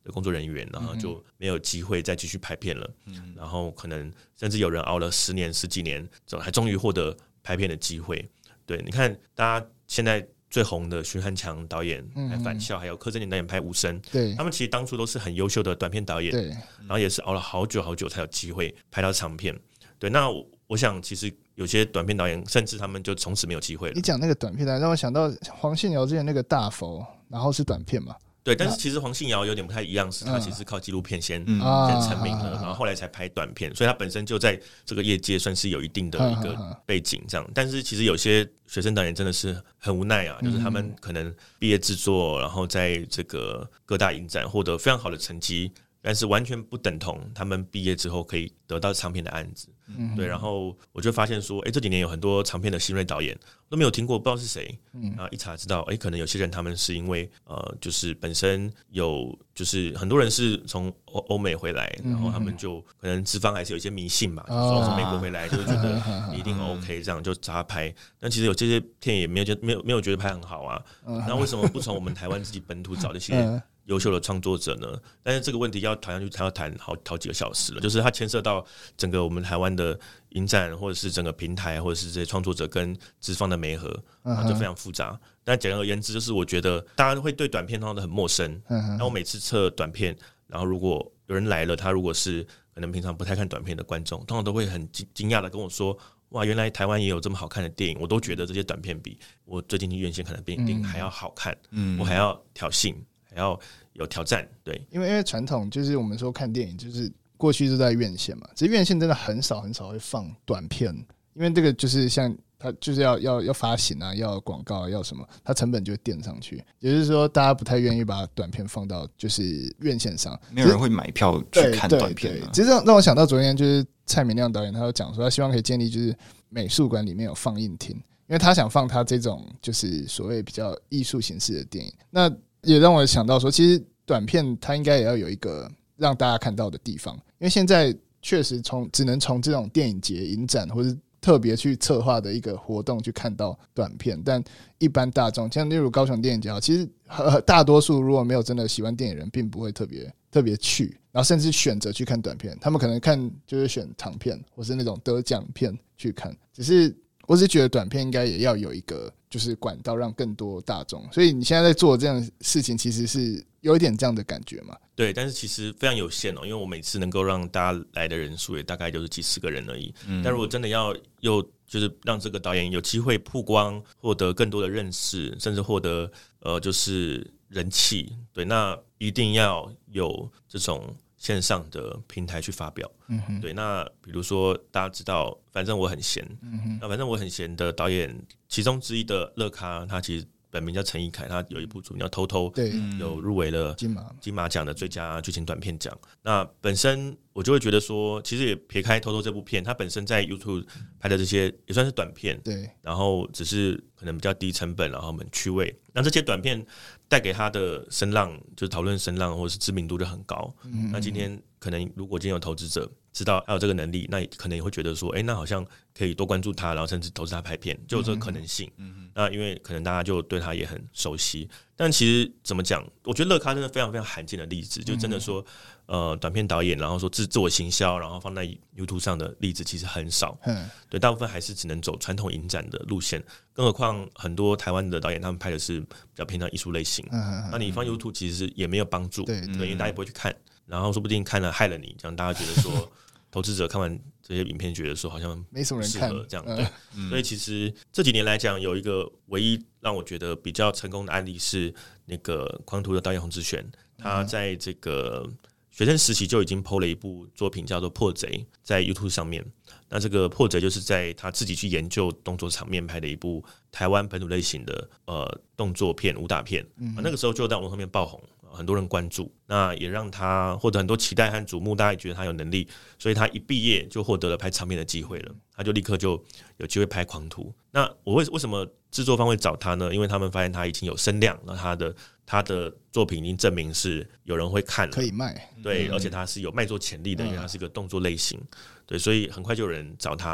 的工作人员，然后就没有机会再继续拍片了。然后可能甚至有人熬了10年、10几年，还终于获得拍片的机会。对，你看大家现在最红的徐汉强导演拍《返校》，还有柯震年导演拍《无声》， 对， 他们其实当初都是很优秀的短片导演， 对， 然后也是熬了好久好久才有机会拍到长片。对，那我想其实有些短片导演，甚至他们就从此没有机会了。 你讲那个短片让我想到黄信尧之前那个大佛，然后是短片嘛。 对，但是其实黄信尧有点不太一样，是他其实靠纪录片先成名了，然后后来才拍短片，所以他本身就在这个业界算是有一定的一个背景这样。但是其实有些学生导演真的是很无奈啊，就是他们可能毕业制作，然后在这个各大影展获得非常好的成绩，但是完全不等同他们毕业之后可以得到长片的案子。对，然后我就发现说，这几年有很多长片的新锐导演都没有听过，不知道是谁。然后一查知道，可能有些人他们是因为就是本身有，就是很多人是从欧美回来，然后他们就可能资方还是有一些迷信嘛，就是说从美国回来就觉得你一定 OK， 这样就找他拍。但其实有这些片也没有觉得拍很好啊。那为什么不从我们台湾自己本土找这些优秀的创作者呢？但是这个问题要谈下去，他要谈好几个小时了，就是它牵涉到整个我们台湾的影展，或者是整个平台，或者是这些创作者跟资方的媒合，就非常复杂。但简而言之，就是我觉得大家会对短片通常都很陌生。那我每次测短片，然后如果有人来了，他如果是可能平常不太看短片的观众，通常都会很惊讶的跟我说：“哇，原来台湾也有这么好看的电影！”我都觉得这些短片比我最近去院线看的电影还要好看，我还要挑衅，还要有挑战。对， 因为传统就是我们说看电影，就是过去就在院线嘛，其实院线真的很少会放短片，因为这个就是像它就是要发行啊，要广告，要什么，它成本就会垫上去。也就是说，大家不太愿意把短片放到就是院线上， 没有人会买票去看短片啊。 其实让我想到昨天就是蔡明亮导演，他有讲说，他希望可以建立就是美术馆里面有放映厅，因为他想放他这种就是所谓比较艺术形式的电影。那也让我想到说，其实短片它应该也要有一个让大家看到的地方，因为现在确实只能从这种电影节、影展或是特别去策划的一个活动去看到短片，但一般大众，像例如高雄电影节，其实大多数如果没有真的喜欢电影人，并不会特别去，然后甚至选择去看短片，他们可能看就是选长片或是那种得奖片去看。我只是觉得短片应该也要有一个就是管道让更多大众，所以你现在在做这样的事情，其实是有一点这样的感觉嘛？ 对，但是其实非常有限因为我每次能够让大家来的人数也大概就是几十个人而已。但如果真的要就是让这个导演有机会曝光，获得更多的认识，甚至获得就是人气，对，那一定要有这种线上的平台去发表。对，那比如说大家知道反正我很闲，那反正我很闲的导演其中之一的乐咖，他其实本名叫陈奕凯，他有一部作品叫《偷偷》，有入围了金马奖的最佳剧情短片奖。那本身我就会觉得说，其实也撇开《偷偷》这部片，他本身在 YouTube 拍的这些也算是短片，对，然后只是可能比较低成本，然后很趣味。那这些短片带给他的声浪，就是讨论声浪或是知名度就很高。那今天可能如果今天有投资者知道他有这个能力，那可能也会觉得说，那好像可以多关注他，然后甚至投资他拍片，就有这个可能性。那因为可能大家就对他也很熟悉。但其实怎么讲，我觉得乐咖真的非常非常罕见的例子，就真的说短片导演然后说自我行销，然后放在 YouTube 上的例子其实很少。对，大部分还是只能走传统影展的路线，更何况很多台湾的导演他们拍的是比较偏向艺术类型。那你放 YouTube 其实也没有帮助，对，因为大家也不会去看，然后说不定看了害了你，这样大家觉得说投资者看完这些影片觉得说好像没什么人看这样。对，所以其实这几年来讲，有一个唯一让我觉得比较成功的案例是那个狂徒的导演洪志璇，他在这个学生时期就已经 PO 了一部作品叫做《破贼》在 YouTube 上面。那这个《破贼》就是在他自己去研究动作场面拍的一部台湾本土类型的动作片、武打片。那个时候就在网络上面爆红，很多人关注，那也让他获得很多期待和瞩目，大家也觉得他有能力，所以他一毕业就获得了拍长片的机会了，他就立刻就有机会拍《狂徒》。那我为什么制作方会找他呢？因为他们发现他已经有声量，那他的作品已经证明是有人会看了， 可以卖， 对，而且他是有卖座潜力的，因为他是一个动作类型，对，所以很快就有人找他。对，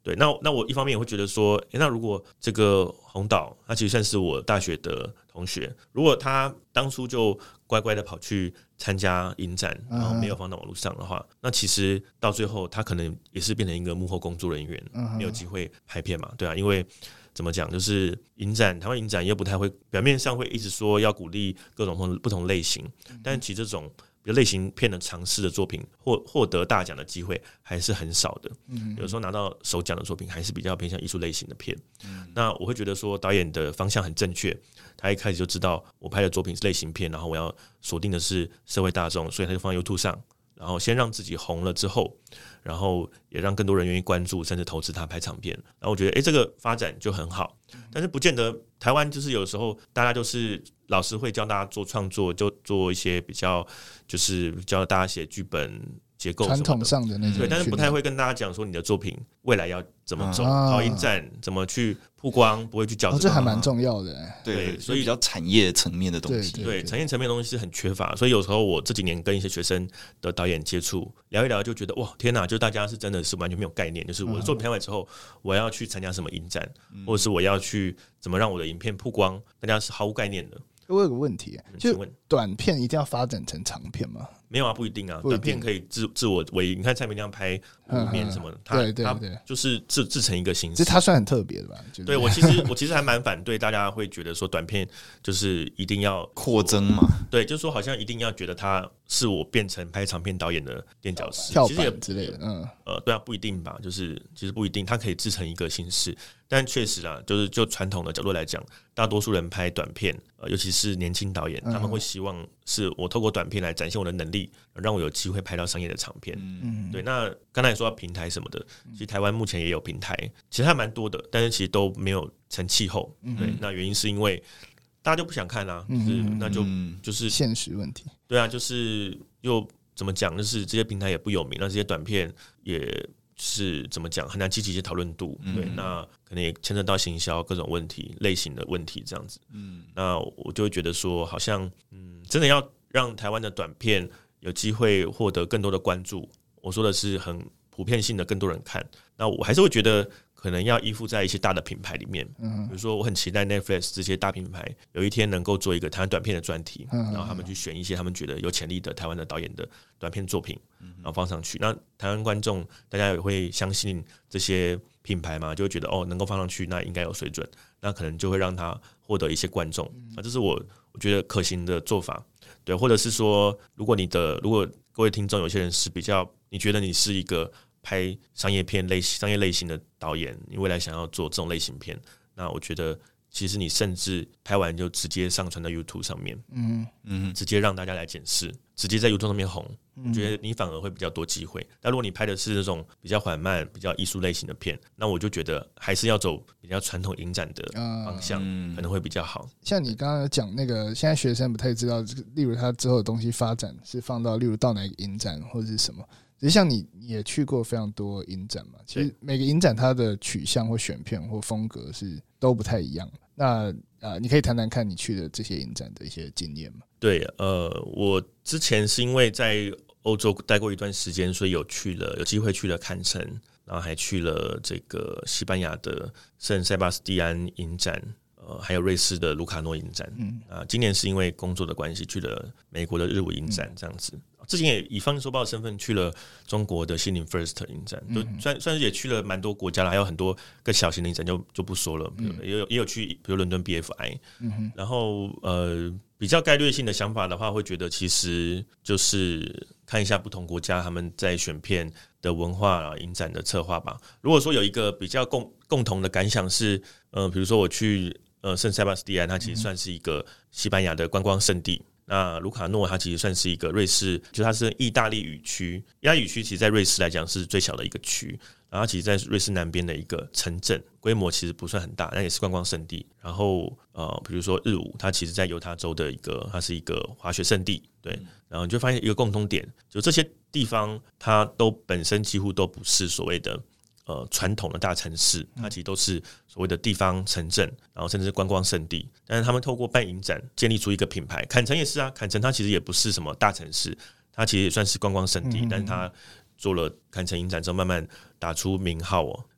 对，那我一方面也会觉得说，那如果这个洪导他其实算是我大学的同学，如果他当初就乖乖的跑去参加影展，然后没有放到网络上的话，那其实到最后他可能也是变成一个幕后工作人员，没有机会拍片嘛，对啊，因为怎么讲，就是影展，台湾影展又不太会，表面上会一直说要鼓励各种不同类型，但其实这种比如类型片的尝试的作品，获得大奖的机会还是很少的。有时候拿到首奖的作品还是比较偏向艺术类型的片。那我会觉得说导演的方向很正确，他一开始就知道我拍的作品是类型片，然后我要锁定的是社会大众，所以他就放在 YouTube 上，然后先让自己红了之后，然后也让更多人愿意关注，甚至投资他拍长片。然后我觉得，这个发展就很好。但是不见得台湾就是有时候大家就是老师会教大家做创作，就做一些比较就是教大家写剧本结构什么的， 传统上的那种， 对，但是不太会跟大家讲说你的作品未来要怎么走，跑影展怎么去曝光，不会去教这还蛮重要的。 对，所以比较产业层面的东西， 对产业层面的东西是很缺乏。所以有时候我这几年跟一些学生的导演接触，聊一聊就觉得哇，天哪！就大家是真的是完全没有概念，就是我的作品拍完之后，我要去参加什么影展，或者是我要去怎么让我的影片曝光，大家是毫无概念的。 我有个问题，就短片一定要发展成长片吗？ 没有啊，不一定啊。短片可以自我为，你看蔡明亮拍湖面什么的，他就是制成一个形式， 这他算很特别的吧？ 对我其实还蛮反对大家会觉得说短片就是一定要扩增嘛。 对，就是说好像一定要觉得他是我变成拍长片导演的垫脚石， 跳板之类的。 对啊，不一定吧？就是其实不一定，它可以制成一个形式。但确实啦，就传统的角度来讲，大多数人拍短片，尤其是年轻导演，他们会希望是我透过短片来展现我的能力，让我有机会拍到商业的长片。对。那刚才也说到平台什么的，其实台湾目前也有平台，其实还蛮多的，但是其实都没有成气候。对，那原因是因为大家就不想看啦，那就是现实问题。 对啊，就是又怎么讲，就是这些平台也不有名，那这些短片也是怎么讲，很难激起一些讨论度。对，那可能也牵扯到行销各种问题、类型的问题这样子。那我就会觉得说，好像真的要让台湾的短片有机会获得更多的关注，我说的是很普遍性的更多人看。那我还是会觉得可能要依附在一些大的品牌里面，比如说我很期待 Netflix 这些大品牌有一天能够做一个台湾短片的专题，然后他们去选一些他们觉得有潜力的台湾的导演的短片作品，然后放上去。那台湾观众大家也会相信这些品牌嘛，就会觉得能够放上去，那应该有水准，那可能就会让他获得一些观众。这是我觉得可行的做法。对，或者是说，如果各位听众有些人是比较，你觉得你是一个拍商业类型的导演，你未来想要做这种类型片，那我觉得其实你甚至拍完就直接上传到 YouTube 上面，直接让大家来检视，直接在 YouTube 上面红，我觉得你反而会比较多机会。但如果你拍的是这种比较缓慢、比较艺术类型的片，那我就觉得还是要走比较传统影展的方向，可能会比较好。 像你刚刚有讲那个，现在学生不太知道，例如他之后的东西发展是放到例如到哪个影展或者是什么。其实像你也去过非常多影展嘛，其实每个影展它的取向或选片或风格是都不太一样。那你可以谈谈看你去的这些影展的一些经验吗？ 对，我之前是因为在欧洲待过一段时间，所以有机会去了坎城，然后还去了这个西班牙的圣塞巴斯蒂安影展。还有瑞士的卢卡诺影展，今年是因为工作的关系去了美国的日舞影展，这样子。之前也以放映收报的身份去了中国的心灵 First 影展，算是也去了蛮多国家了，还有很多更小型的影展就不说了，也有去，比如伦敦 BFI，然后比较概略性的想法的话，会觉得其实就是看一下不同国家他们在选片的文化影展的策划吧。如果说有一个比较共同的感想是，比如说我去圣塞巴斯蒂安，它其实算是一个西班牙的观光胜地。那卢卡诺它其实算是一个瑞士，就它是意大利语区。意大利语区其实在瑞士来讲是最小的一个区，然后其实在瑞士南边的一个城镇，规模其实不算很大，但也是观光胜地。然后比如说日舞，它其实在犹他州的它是一个滑雪胜地，对。然后你就发现一个共通点，就这些地方它都本身几乎都不是所谓的传统的大城市，它其实都是所谓的地方城镇，然后甚至是观光胜地。但是他们透过办影展建立出一个品牌，坎城也是啊，坎城它其实也不是什么大城市，它其实也算是观光胜地，但是它做了坎城影展之后，慢慢打出名号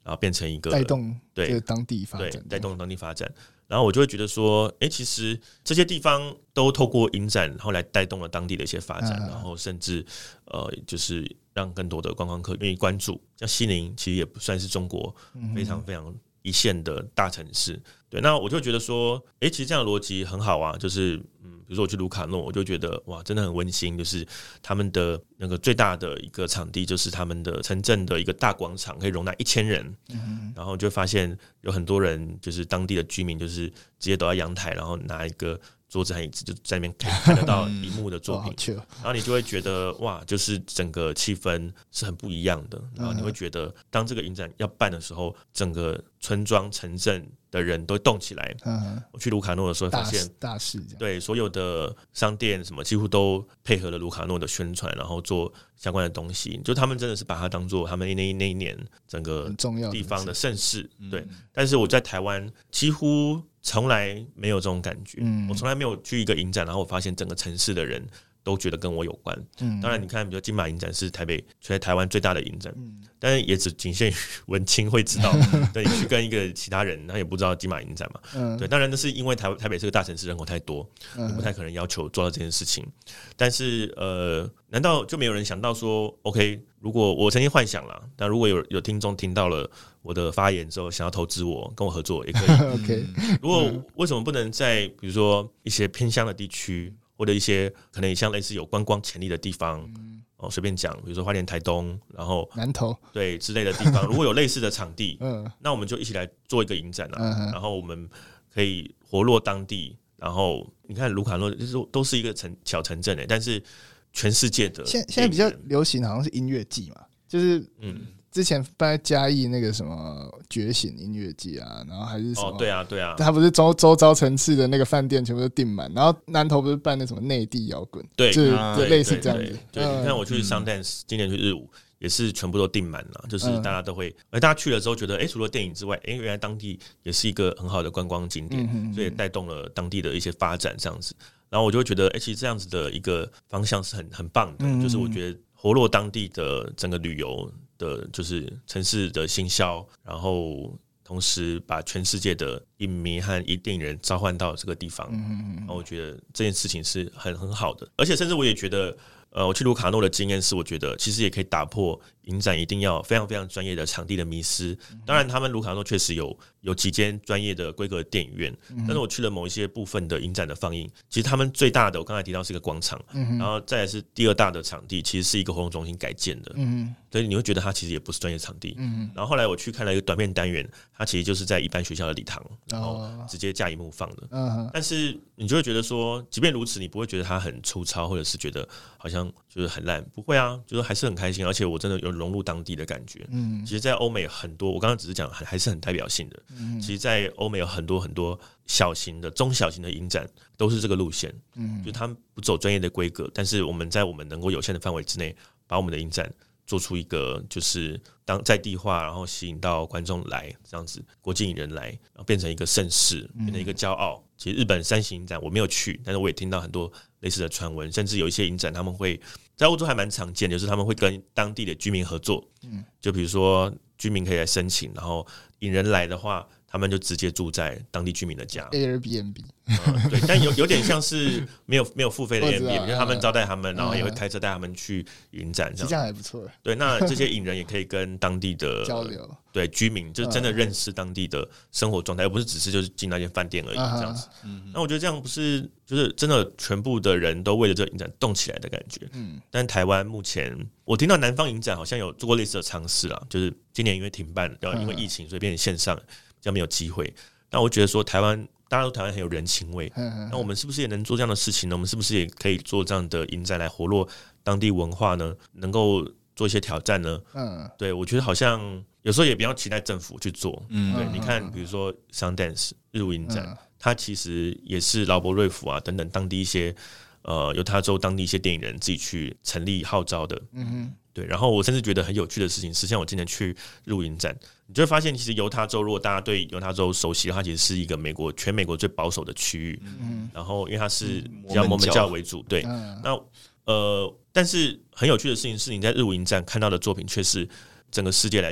然后变成一个带动对当地发展， 带动当地发展。然后我就会觉得说，其实这些地方都透过影展，然后来带动了当地的一些发展，然后甚至就是让更多的观光客愿意关注。像西宁其实也不算是中国非常非常一线的大城市，对。那我就觉得说，其实这样的逻辑很好啊，就是比如说我去卢卡诺，我就觉得哇，真的很温馨，就是他们的那个最大的一个场地，就是他们的城镇的一个大广场，可以容纳1000人，然后就发现有很多人，就是当地的居民，就是直接走到阳台，然后拿一个桌子和椅子，就在那边看得到荧幕的作品，然后你就会觉得哇，就是整个气氛是很不一样的。然后你会觉得，当这个影展要办的时候，整个村庄城镇的人都动起来。我去卢卡诺的时候发现， 大事对所有的商店什么几乎都配合了卢卡诺的宣传，然后做相关的东西。就他们真的是把它当做他们那一年整个地方的盛事。对，但是我在台湾几乎从来没有这种感觉，我从来没有去一个影展，然后我发现整个城市的人都觉得跟我有关。当然你看，比如金马影展是在台湾最大的影展，但是也只仅限于文青会知道。对，你去跟一个其他人，他也不知道金马影展嘛。对，当然那是因为台北是个大城市，人口太多，不太可能要求做到这件事情。但是难道就没有人想到说 ，OK， 如果我曾经幻想了，但如果有听众听到了我的发言之后，想要投资我，跟我合作也可以。 OK， 如果为什么不能在比如说一些偏乡的地区，或者一些可能也像类似有观光潜力的地方，随便讲，比如说花莲、台东，然后南投，对之类的地方，如果有类似的场地，那我们就一起来做一个影展啊，然后我们可以活络当地。然后你看卢卡诺都是一个小城镇，但是全世界的现在比较流行好像是音乐季嘛，就是之前办在嘉义那个什么觉醒音乐季啊，然后还是什么对啊，他不是周遭城市的那个饭店全部都订满，然后南投不是办那什么内地摇滚，对，就类似这样子。 对，你看我去 Sundance，今年去日舞也是全部都订满了，就是大家都会，而大家去了之后觉得，除了电影之外，原来当地也是一个很好的观光景点，所以带动了当地的一些发展这样子。然后我就会觉得，其实这样子的一个方向是很棒的，就是我觉得活络当地的整个旅游的，就是城市的行销，然后同时把全世界的影迷和电影人召唤到这个地方，然后我觉得这件事情是很好的，而且甚至我也觉得。我去卢卡诺的经验是，我觉得其实也可以打破影展一定要非常非常专业的场地的迷思。当然，他们卢卡诺确实有几间专业的规格电影院，但是我去了某一些部分的影展的放映，其实他们最大的我刚才提到是一个广场，然后再来是第二大的场地，其实是一个活动中心改建的，所以你会觉得它其实也不是专业场地。然后后来我去看了一个短片单元，它其实就是在一般学校的礼堂，然后直接架荧幕放的。但是你就会觉得说，即便如此，你不会觉得它很粗糙，或者是觉得好像就是很烂，不会啊，就是还是很开心，而且我真的有融入当地的感觉。其实，在欧美很多，我刚刚只是讲还是很代表性的。其实，在欧美有很多很多小型的、中小型的影展都是这个路线。就他们不走专业的规格，但是我们在我们能够有限的范围之内，把我们的影展做出一个就是当在地化，然后吸引到观众来，这样子国际影人来，然后变成一个盛事，变成一个骄傲。其实日本3型影展我没有去，但是我也听到很多类似的传闻，甚至有一些影展他们会在欧洲还蛮常见的，就是他们会跟当地的居民合作，就比如说居民可以来申请，然后引人来的话，他们就直接住在当地居民的家 ，Airbnb， 对，但有点像是没有付费的 Airbnb，因为他们招待他们，然后也会开车带他们去影展， 这样还不错。 对，那这些影人也可以跟当地的交流， 对居民就是真的认识当地的生活状态，而不是只是就是进那间饭店而已这样子。那我觉得这样不是就是真的全部的人都为了这个影展动起来的感觉。但台湾目前我听到南方影展好像有做过类似的尝试啦，就是今年因为停办，然后因为疫情所以变成线上，比较没有机会。那我觉得说台湾。大家都台湾很有人情味，那我们是不是也能做这样的事情呢？我们是不是也可以做这样的影展来活络当地文化呢？能够做一些挑战呢？对，我觉得好像有时候也不要期待政府去做。对，你看，比如说 Sundance 日舞影展，它其实也是劳勃瑞福啊等等当地一些犹他州当地一些电影人自己去成立号召的。对，然后我甚至觉得很有趣的事情是，像我今年去日舞影展，你就会发现，其实犹他州如果大家对犹他州熟悉的话，其实是一个全美国最保守的区域。然后因为它是比较摩门教为主，对。那但是很有趣的事情是，你在日舞影展看到的作品，却是整个世界来讲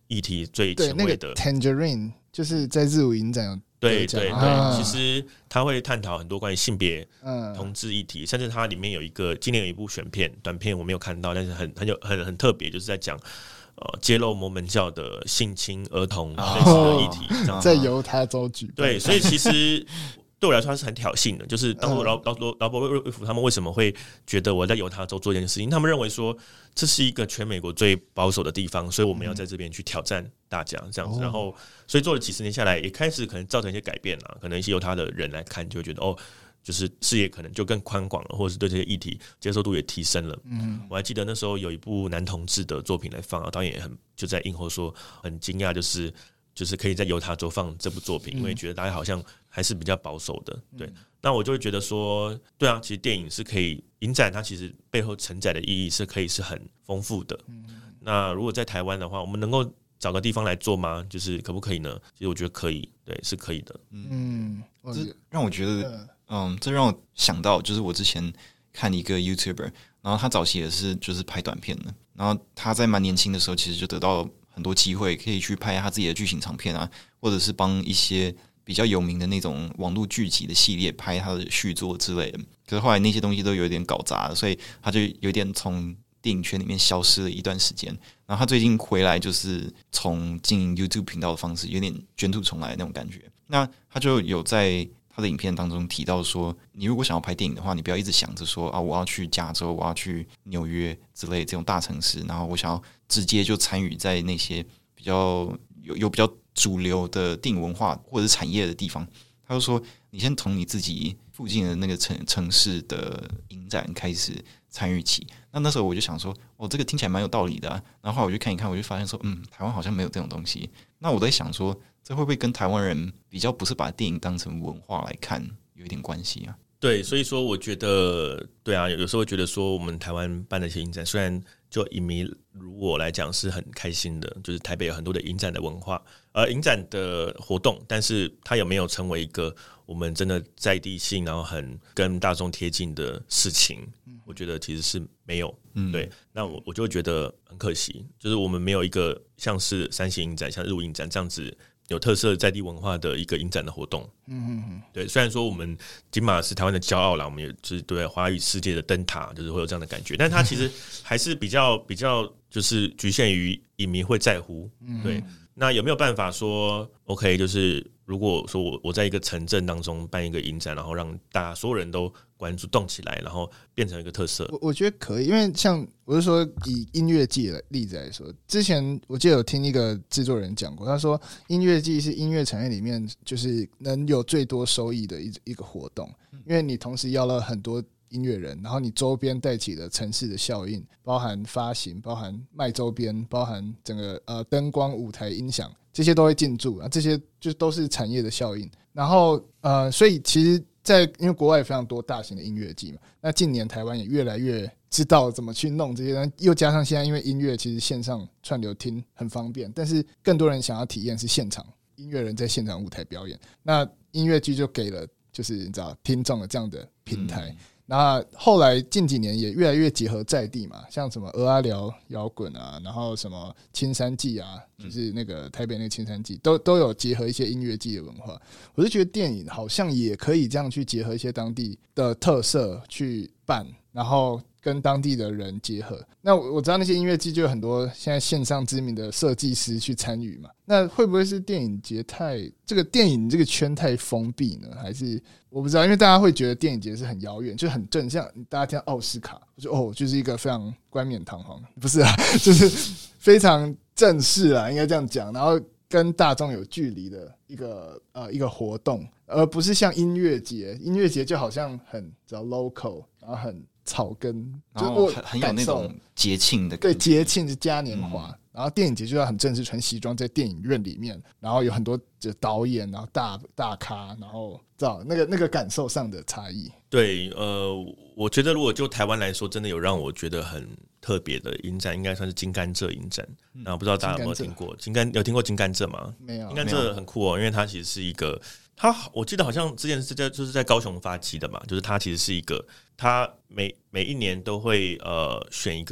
议题最对那个前卫的。 Tangerine 就是在日舞影展有对得奖其实他会探讨很多关于性别、同志议题，甚至它里面有今年有一部选片短片我没有看到，但是很特别，就是在讲揭露摩门教的性侵儿童类似的议题，这样在犹他州举办。 对，所以其实对我来说它是很挑衅的，就是当初劳勃瑞福他们为什么会觉得我在犹他州做这件事情？他们认为说这是一个全美国最保守的地方，所以我们要在这边去挑战大家这样子。然后，所以做了几十年下来，也开始可能造成一些改变了。可能一些犹他的人来看，就会觉得就是视野可能就更宽广了，或者是对这些议题接受度也提升了。我还记得那时候有一部男同志的作品来放，导演也就在映后说很惊讶，就是可以在犹他州放这部作品，因为觉得大家好像还是比较保守的。对，那我就会觉得说，对啊，其实电影是可以影展，它其实背后承载的意义是可以是很丰富的。那如果在台湾的话，我们能够找个地方来做吗？就是可不可以呢？其实我觉得可以，对，是可以的。 这让我觉得，这让我想到，就是我之前看一个 YouTuber， 然后他早期也是就是拍短片的，然后他在蛮年轻的时候，其实就得到很多机会，可以去拍他自己的剧情长片啊，或者是帮一些比较有名的那种网络剧集的系列拍他的续作之类的。可是后来那些东西都有点搞砸，所以他就有点从电影圈里面消失了一段时间。然后他最近回来，就是从经营 YouTube 频道的方式，有点卷土重来的那种感觉。那他就有在他的影片当中提到说，你如果想要拍电影的话，你不要一直想着说我要去加州，我要去纽约之类这种大城市，然后我想要直接就参与在那些比较有比较主流的电影文化或者是产业的地方。他就说，你先从你自己附近的那个城市的影展开始参与起。那时候我就想说，这个听起来蛮有道理的啊。然后后来我就看一看，我就发现说，台湾好像没有这种东西。那我在想说，这会不会跟台湾人比较不是把电影当成文化来看有一点关系啊？ 对，所以说我觉得，对啊，有时候会觉得说，我们台湾办的一些影展，虽然就影迷如我来讲是很开心的，就是台北有很多的影展的文化，影展的活动，但是它有没有成为一个我们真的在地性，然后很跟大众贴近的事情，我觉得其实是没有。对，那我就会觉得很可惜，就是我们没有一个像是三星影展、像日舞影展这样子有特色在地文化的一个影展的活动。对，虽然说我们金马是台湾的骄傲啦，我们也就是对华语世界的灯塔，就是会有这样的感觉，但它其实还是比较就是局限于影迷会在乎。对，那有没有办法说 OK， 就是如果说我在一个城镇当中办一个影展，然后让大家所有人都关注动起来，然后变成一个特色？ 我觉得可以，因为像我是说以音乐季的例子来说，之前我记得有听一个制作人讲过，他说音乐季是音乐产业里面就是能有最多收益的一个活动，因为你同时邀了很多音乐人，然后你周边带起了城市的效应，包含发行，包含卖周边，包含整个灯光、舞台、音响，这些都会进驻啊，这些就都是产业的效应。然后所以其实因为国外有非常多大型的音乐季嘛，那近年台湾也越来越知道怎么去弄这些，又加上现在因为音乐其实线上串流听很方便，但是更多人想要体验是现场音乐人在现场舞台表演，那音乐剧就给了就是你知道听众的这样的平台。那后来近几年也越来越结合在地嘛，像什么鹅阿寮摇滚啊，然后什么青山季啊，就是那个台北那个青山季，都有结合一些音乐季的文化。我就觉得电影好像也可以这样去结合一些当地的特色去办，然后跟当地的人结合。那我知道那些音乐季就有很多现在线上知名的设计师去参与嘛，那会不会是电影节这个电影这个圈太封闭呢？还是我不知道，因为大家会觉得电影节是很遥远，就很正，像大家听到奥斯卡，就是一个非常冠冕堂皇，不是啊，就是非常正式啊，应该这样讲，然后跟大众有距离的一个活动，而不是像音乐节就好像很比较 local， 然后很草根， 然后很有那种节庆的感觉， 对，节庆是嘉年华。然后电影节就要很正式，穿西装在电影院里面，然后有很多导演，然后大咖，然后知道那个感受上的差异。 对，我觉得如果就台湾来说，真的有让我觉得很特别的影展，应该算是金甘蔗影展。那不知道大家有没有听过有听过金甘蔗吗？ 没有。 金甘蔗很酷哦，因为它其实是一个，我记得好像之前就是在高雄发迹的嘛，就是它其实是一个，它每一年都会选一个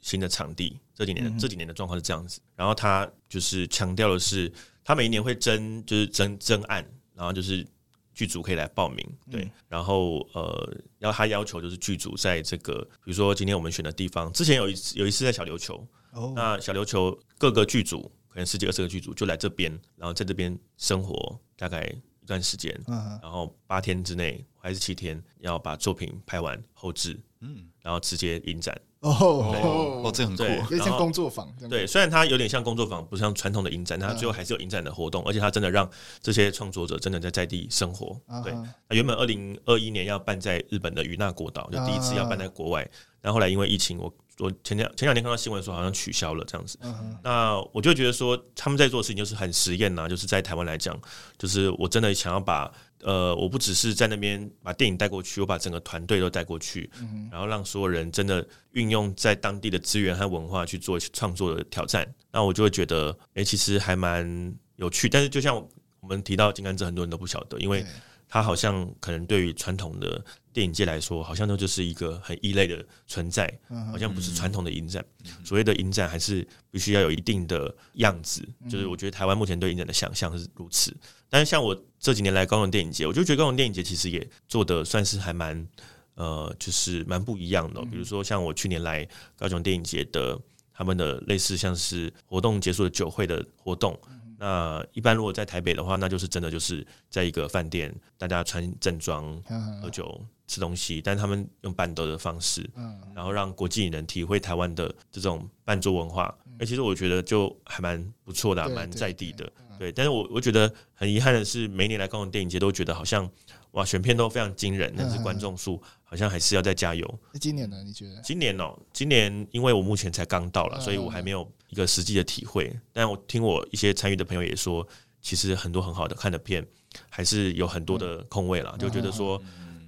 新的场地，这几年的状况是这样子。然后他就是强调的是，他每一年会征案，然后就是剧组可以来报名，对，然后他要求就是剧组在这个，比如说今天我们选的地方，之前有一次在小琉球，那小琉球各个剧组可能10几20个剧组就来这边，然后在这边生活大概一段时间，然后8天之内还是7天要把作品拍完后制，然后直接影展。 这很酷， 有点像工作坊。 对，虽然它有点像工作坊，不像传统的影展，它最后还是有影展的活动，而且它真的让这些创作者真的在地生活。对，原本2021年要办在日本的与那国岛，就第一次要办在国外，然后后来因为疫情，我前2天看到新闻说好像取消了这样子。那我就觉得说他们在做的事情就是很实验啊，就是在台湾来讲，就是我真的想要把我不只是在那边把电影带过去，我把整个团队都带过去，然后让所有人真的运用在当地的资源和文化去做创作的挑战。那我就会觉得，其实还蛮有趣。但是就像我们提到金甘蔗，很多人都不晓得，因为它好像可能对于传统的电影界来说，好像都就是一个很异类的存在，好像不是传统的影展。所谓的影展还是必须要有一定的样子，就是我觉得台湾目前对影展的想象是如此。但是像我这几年来高雄电影节，我就觉得高雄电影节其实也做的算是还蛮就是蛮不一样的。比如说像我去年来高雄电影节的他们的类似像是活动结束的酒会的活动。那一般如果在台北的话，那就是真的就是在一个饭店，大家穿正装喝酒吃东西，但他们用办桌的方式，然后让国际影人体会台湾的这种办桌文化。其实我觉得就还蛮不错的，蛮在地的。对，但是我觉得很遗憾的是，每一年来高雄电影节都觉得好像哇选片都非常惊人，但是观众数好像还是要再加油。 今年呢？你觉得？ 今年因为我目前才刚到了，所以我还没有一个实际的体会。但我听我一些参与的朋友也说，其实很多很好的看的片还是有很多的空位啦，就觉得说，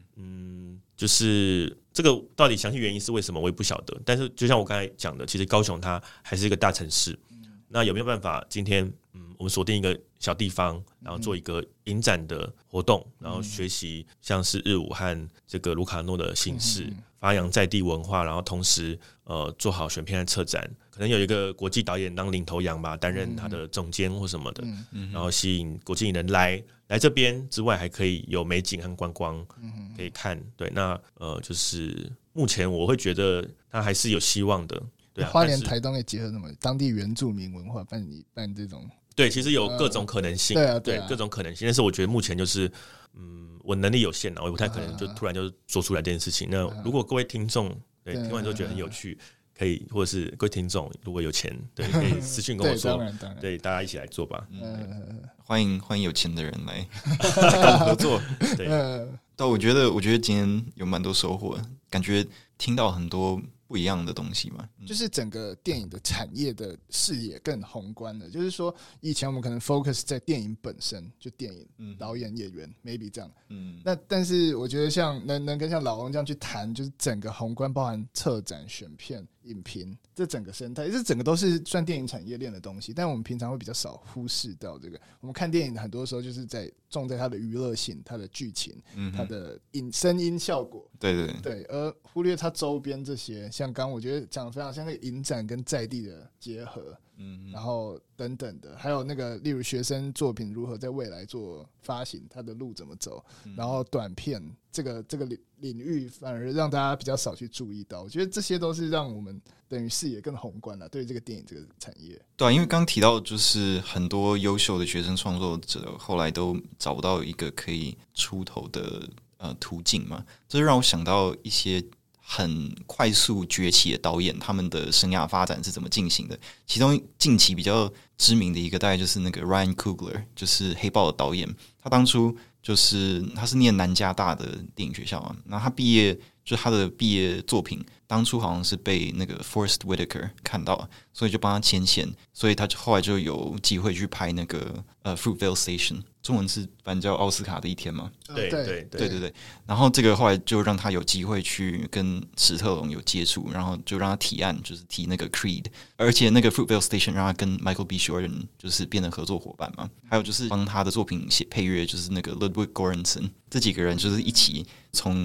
就是这个到底详细原因是为什么我也不晓得。但是就像我刚才讲的，其实高雄它还是一个大城市，那有没有办法今天我们锁定一个小地方，然后做一个影展的活动，然后学习像是日舞和这个卢卡诺的形式，发扬在地文化，然后同时做好选片和策展，可能有一个国际导演当领头羊吧，担任他的总监或什么的，然后吸引国际影人来这边之外，还可以有美景和观光可以看。对，那就是目前我会觉得他还是有希望的。对啊， 花莲台东也结合什么当地原住民文化办这种。 对，其实有各种可能性，对各种可能性。但是我觉得目前就是，我能力有限我也不太可能就突然就说出来这件事情。那如果各位听众听完之后觉得很有趣，可以或者是各位听众如果有钱，对，可以私讯跟我说，对，大家一起来做吧。 欢迎有钱的人来跟我合作。对，但我觉得今天有蛮多收获，感觉听到很多不一样的东西嘛， 就是整个电影的产业的视野更宏观的。就是说，以前我们可能 focus 在电影本身，就电影、导演、演员 ，maybe 这样。那但是我觉得像能跟像老王这样去谈，就是整个宏观，包含策展、选片、影评，这整个生态，这整个都是算电影产业链的东西。但我们平常会比较少忽视到这个。我们看电影很多时候就是重在它的娱乐性、它的剧情、它的声音效果，对，而忽略它周边这些。像刚我觉得讲得非常像那个影展跟在地的结合，然后等等的，还有那个例如学生作品如何在未来做发行，它的路怎么走，然后短片这个领域反而让大家比较少去注意到。我觉得这些都是让我们等于视野更宏观了，对于这个电影这个产业。 对啊，因为刚提到就是很多优秀的学生创作者后来都找不到一个可以出头的途径嘛，这就让我想到一些很快速崛起的导演，他们的生涯发展是怎么进行的。其中近期比较知名的一个大概就是那个 Ryan Coogler， 就是黑豹的导演。他当初他是念南加大的电影学校嘛，然后他毕业就是他的毕业作品当初好像是被那个 Forest Whitaker 看到，所以就帮他牵线，所以他后来就有机会去拍那个Fruitvale Station， 中文是反正叫奥斯卡的一天嘛。对。然后这个后来就让他有机会去跟史特龙有接触，然后就让他提案，就是提那个 Creed， 而且那个 Fruitvale Station 让他跟 Michael B. Jordan 就是变成合作伙伴嘛。还有就是帮他的作品写配乐，就是那个 Ludwig Göransson， 这几个人就是一起从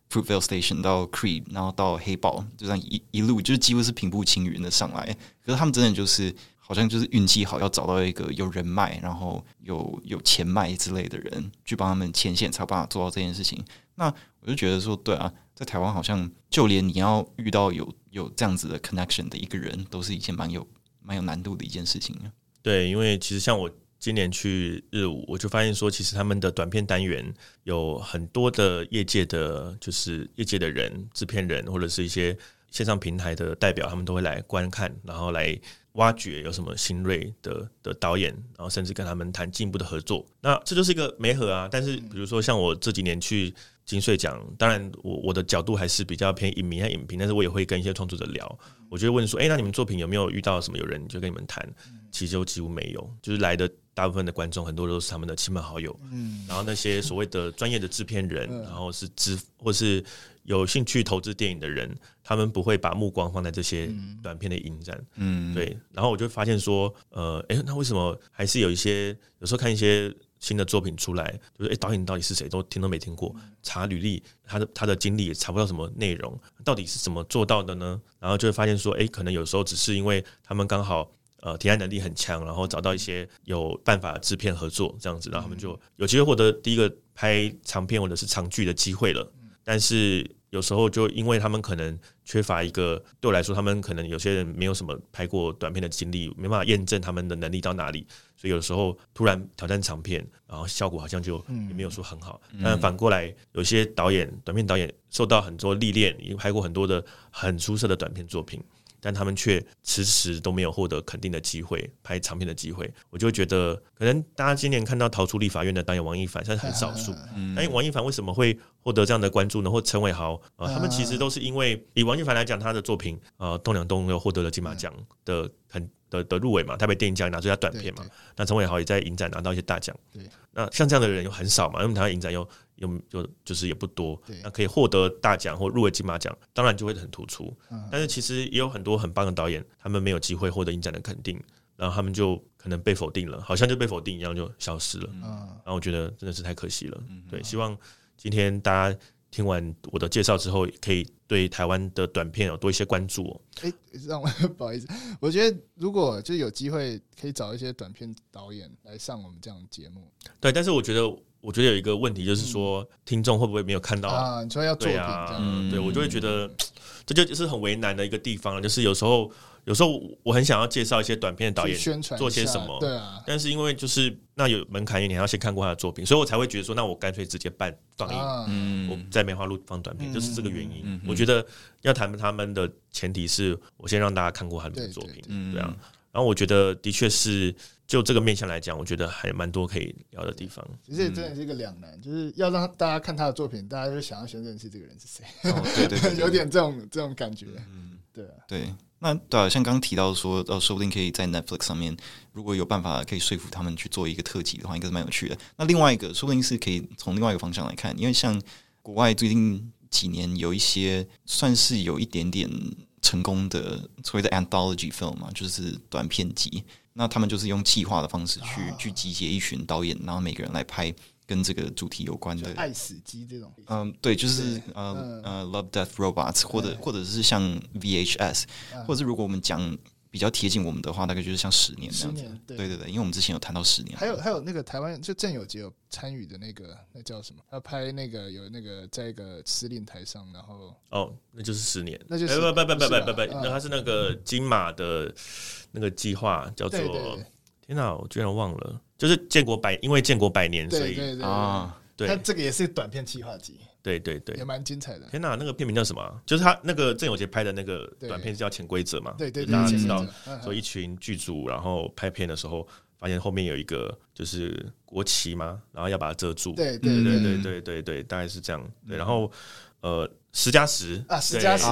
Fruitvale Station 到 Creed， 然后到黑豹，就这样一路就是几乎是平步青云的上来。可是他们真的就是好像就是运气好，要找到一个有人脉，然后有钱脉之类的人去帮他们牵线，才有办法做到这件事情。那我就觉得说，对啊，在台湾好像就连你要遇到有这样子的 connection 的一个人，都是一件蛮有难度的一件事情。 对，因为其实像我今年去日舞，我就发现说，其实他们的短片单元有很多的业界的人、制片人或者是一些线上平台的代表，他们都会来观看，然后来挖掘有什么新锐的导演，然后甚至跟他们谈进一步的合作。那这就是一个媒合啊。但是比如说像我这几年去金穗奖，当然我的角度还是比较偏影迷和影评，但是我也会跟一些创作者聊，我就会问说，那你们作品有没有遇到什么有人就跟你们谈？其实就几乎没有，就是来的大部分的观众很多都是他们的亲朋好友，然后那些所谓的专业的制片人，然后是或是有兴趣投资电影的人，他们不会把目光放在这些短片的影展，对。然后我就发现说，那为什么还是有时候看一些新的作品出来，就是导演到底是谁都没听过，查履历，他的经历也查不到什么内容，到底是怎么做到的呢？然后就会发现说，可能有时候只是因为他们刚好提案能力很强，然后找到一些有办法制片合作这样子，然后他们就有机会获得第一个拍长片或者是长剧的机会了。但是有时候就因为他们可能缺乏一个，对我来说，他们可能有些人没有什么拍过短片的经历，没办法验证他们的能力到哪里，所以有时候突然挑战长片，然后效果好像就也没有说很好。但反过来，有些短片导演受到很多历练，已经拍过很多的很出色的短片作品，但他们却迟迟都没有获得肯定的机会，拍长片的机会。我就会觉得，可能大家今年看到逃出立法院的导演王一凡，算是很少数。但王一凡为什么会获得这样的关注呢？或陈伟豪，他们其实都是因为以王一凡来讲，他的作品栋梁栋又获得了金马奖的入围嘛，台北电影奖拿最佳短片嘛。那陈伟豪也在影展拿到一些大奖。那像这样的人又很少嘛，因为台湾影展就是也不多，那可以获得大奖或入围金马奖，当然就会很突出。但是其实也有很多很棒的导演，他们没有机会获得影展的肯定，然后他们就可能被否定了，好像就被否定一样就消失了。然后我觉得真的是太可惜了。对，希望今天大家听完我的介绍之后，可以对台湾的短片有多一些关注哦。 让我不好意思，我觉得如果就有机会可以找一些短片导演来上我们这样的节目。 对，但是我觉得有一个问题，就是说听众会不会没有看到你说要作品这样， 对，我就会觉得这就是很为难的一个地方，就是有时候我很想要介绍一些短片的导演宣传做些什么， 对啊，但是因为就是那有门槛，你还要先看过他的作品，所以我才会觉得说，那我干脆直接办放映，我在梅花鹿放短片，就是这个原因。我觉得要谈他们的前提是我先让大家看过他们的作品，对啊。然后我觉得的确是就这个面向来讲，我觉得还蛮多可以聊的地方。 其实也真的是一个两难，就是要让大家看他的作品，大家就想要先认识这个人是谁。 对， 有点这种感觉。对啊， 对。那对啊，像刚刚提到说，说不定可以在 Netflix 上面，如果有办法可以说服他们去做一个特辑的话，应该是蛮有趣的。那另外一个，说不定是可以从另外一个方向来看，因为像国外最近几年有一些算是有一点点成功的所谓的 anthology film 嘛，就是短片集。那他们就是用企划的方式去集结一群导演，然后每个人来拍跟这个主题有关的， 爱死机这种。 对，就是Love Death Robots， 或者是像 VHS， 或者是如果我们讲比较贴近我们的话，大概就是像10年这样子。对，因为我们之前有谈到10年。 还有那个台湾就郑有杰有参与的那个，那叫什么？他拍那个有那个在一个司令台上，然后那就是10年， 那就是不，那他是那个金马的那个计划叫做天哪，我居然忘了，就是因为建国100年，所以对，他这个也是短片企划集。 对， 也蛮精彩的。 天哪，那个片名叫什么？就是他那个郑有杰拍的那个短片是叫《潜规则》嘛？ 对， 大家知道，说一群剧组然后拍片的时候，发现后面有一个就是国旗嘛，然后要把它遮住。对，大概是这样。对，然后10+10 啊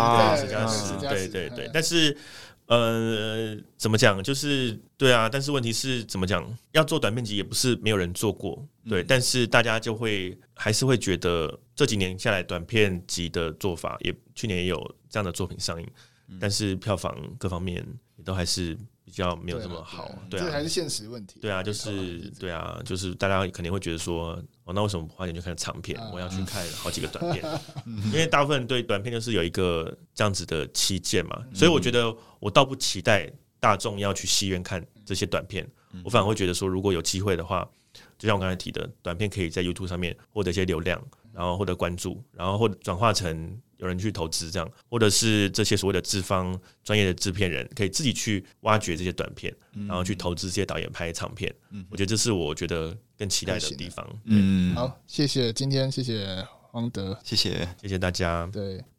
，10+10， 对，但是。怎么讲？就是对啊，但是问题是怎么讲？要做短片集也不是没有人做过，对，但是大家就还是会觉得这几年下来短片集的做法，去年也有这样的作品上映，但是票房各方面也都还是比较没有这么好，对啊， 这还是现实问题。 对啊，就是大家肯定会觉得说，那为什么不花钱去看长片？我要去看好几个短片，因为大部分人对短片就是有一个这样子的期见嘛，所以我觉得我倒不期待大众要去戏院看这些短片，我反而会觉得说，如果有机会的话，就像我刚才提的，短片可以在 YouTube 上面获得一些流量，然后获得关注，然后或者转化成有人去投资这样，或者是这些所谓的资方专业的制片人可以自己去挖掘这些短片，然后去投资这些导演拍长片。我觉得这是我觉得更期待的地方。 好，谢谢今天谢谢黄德， 谢谢大家。 对。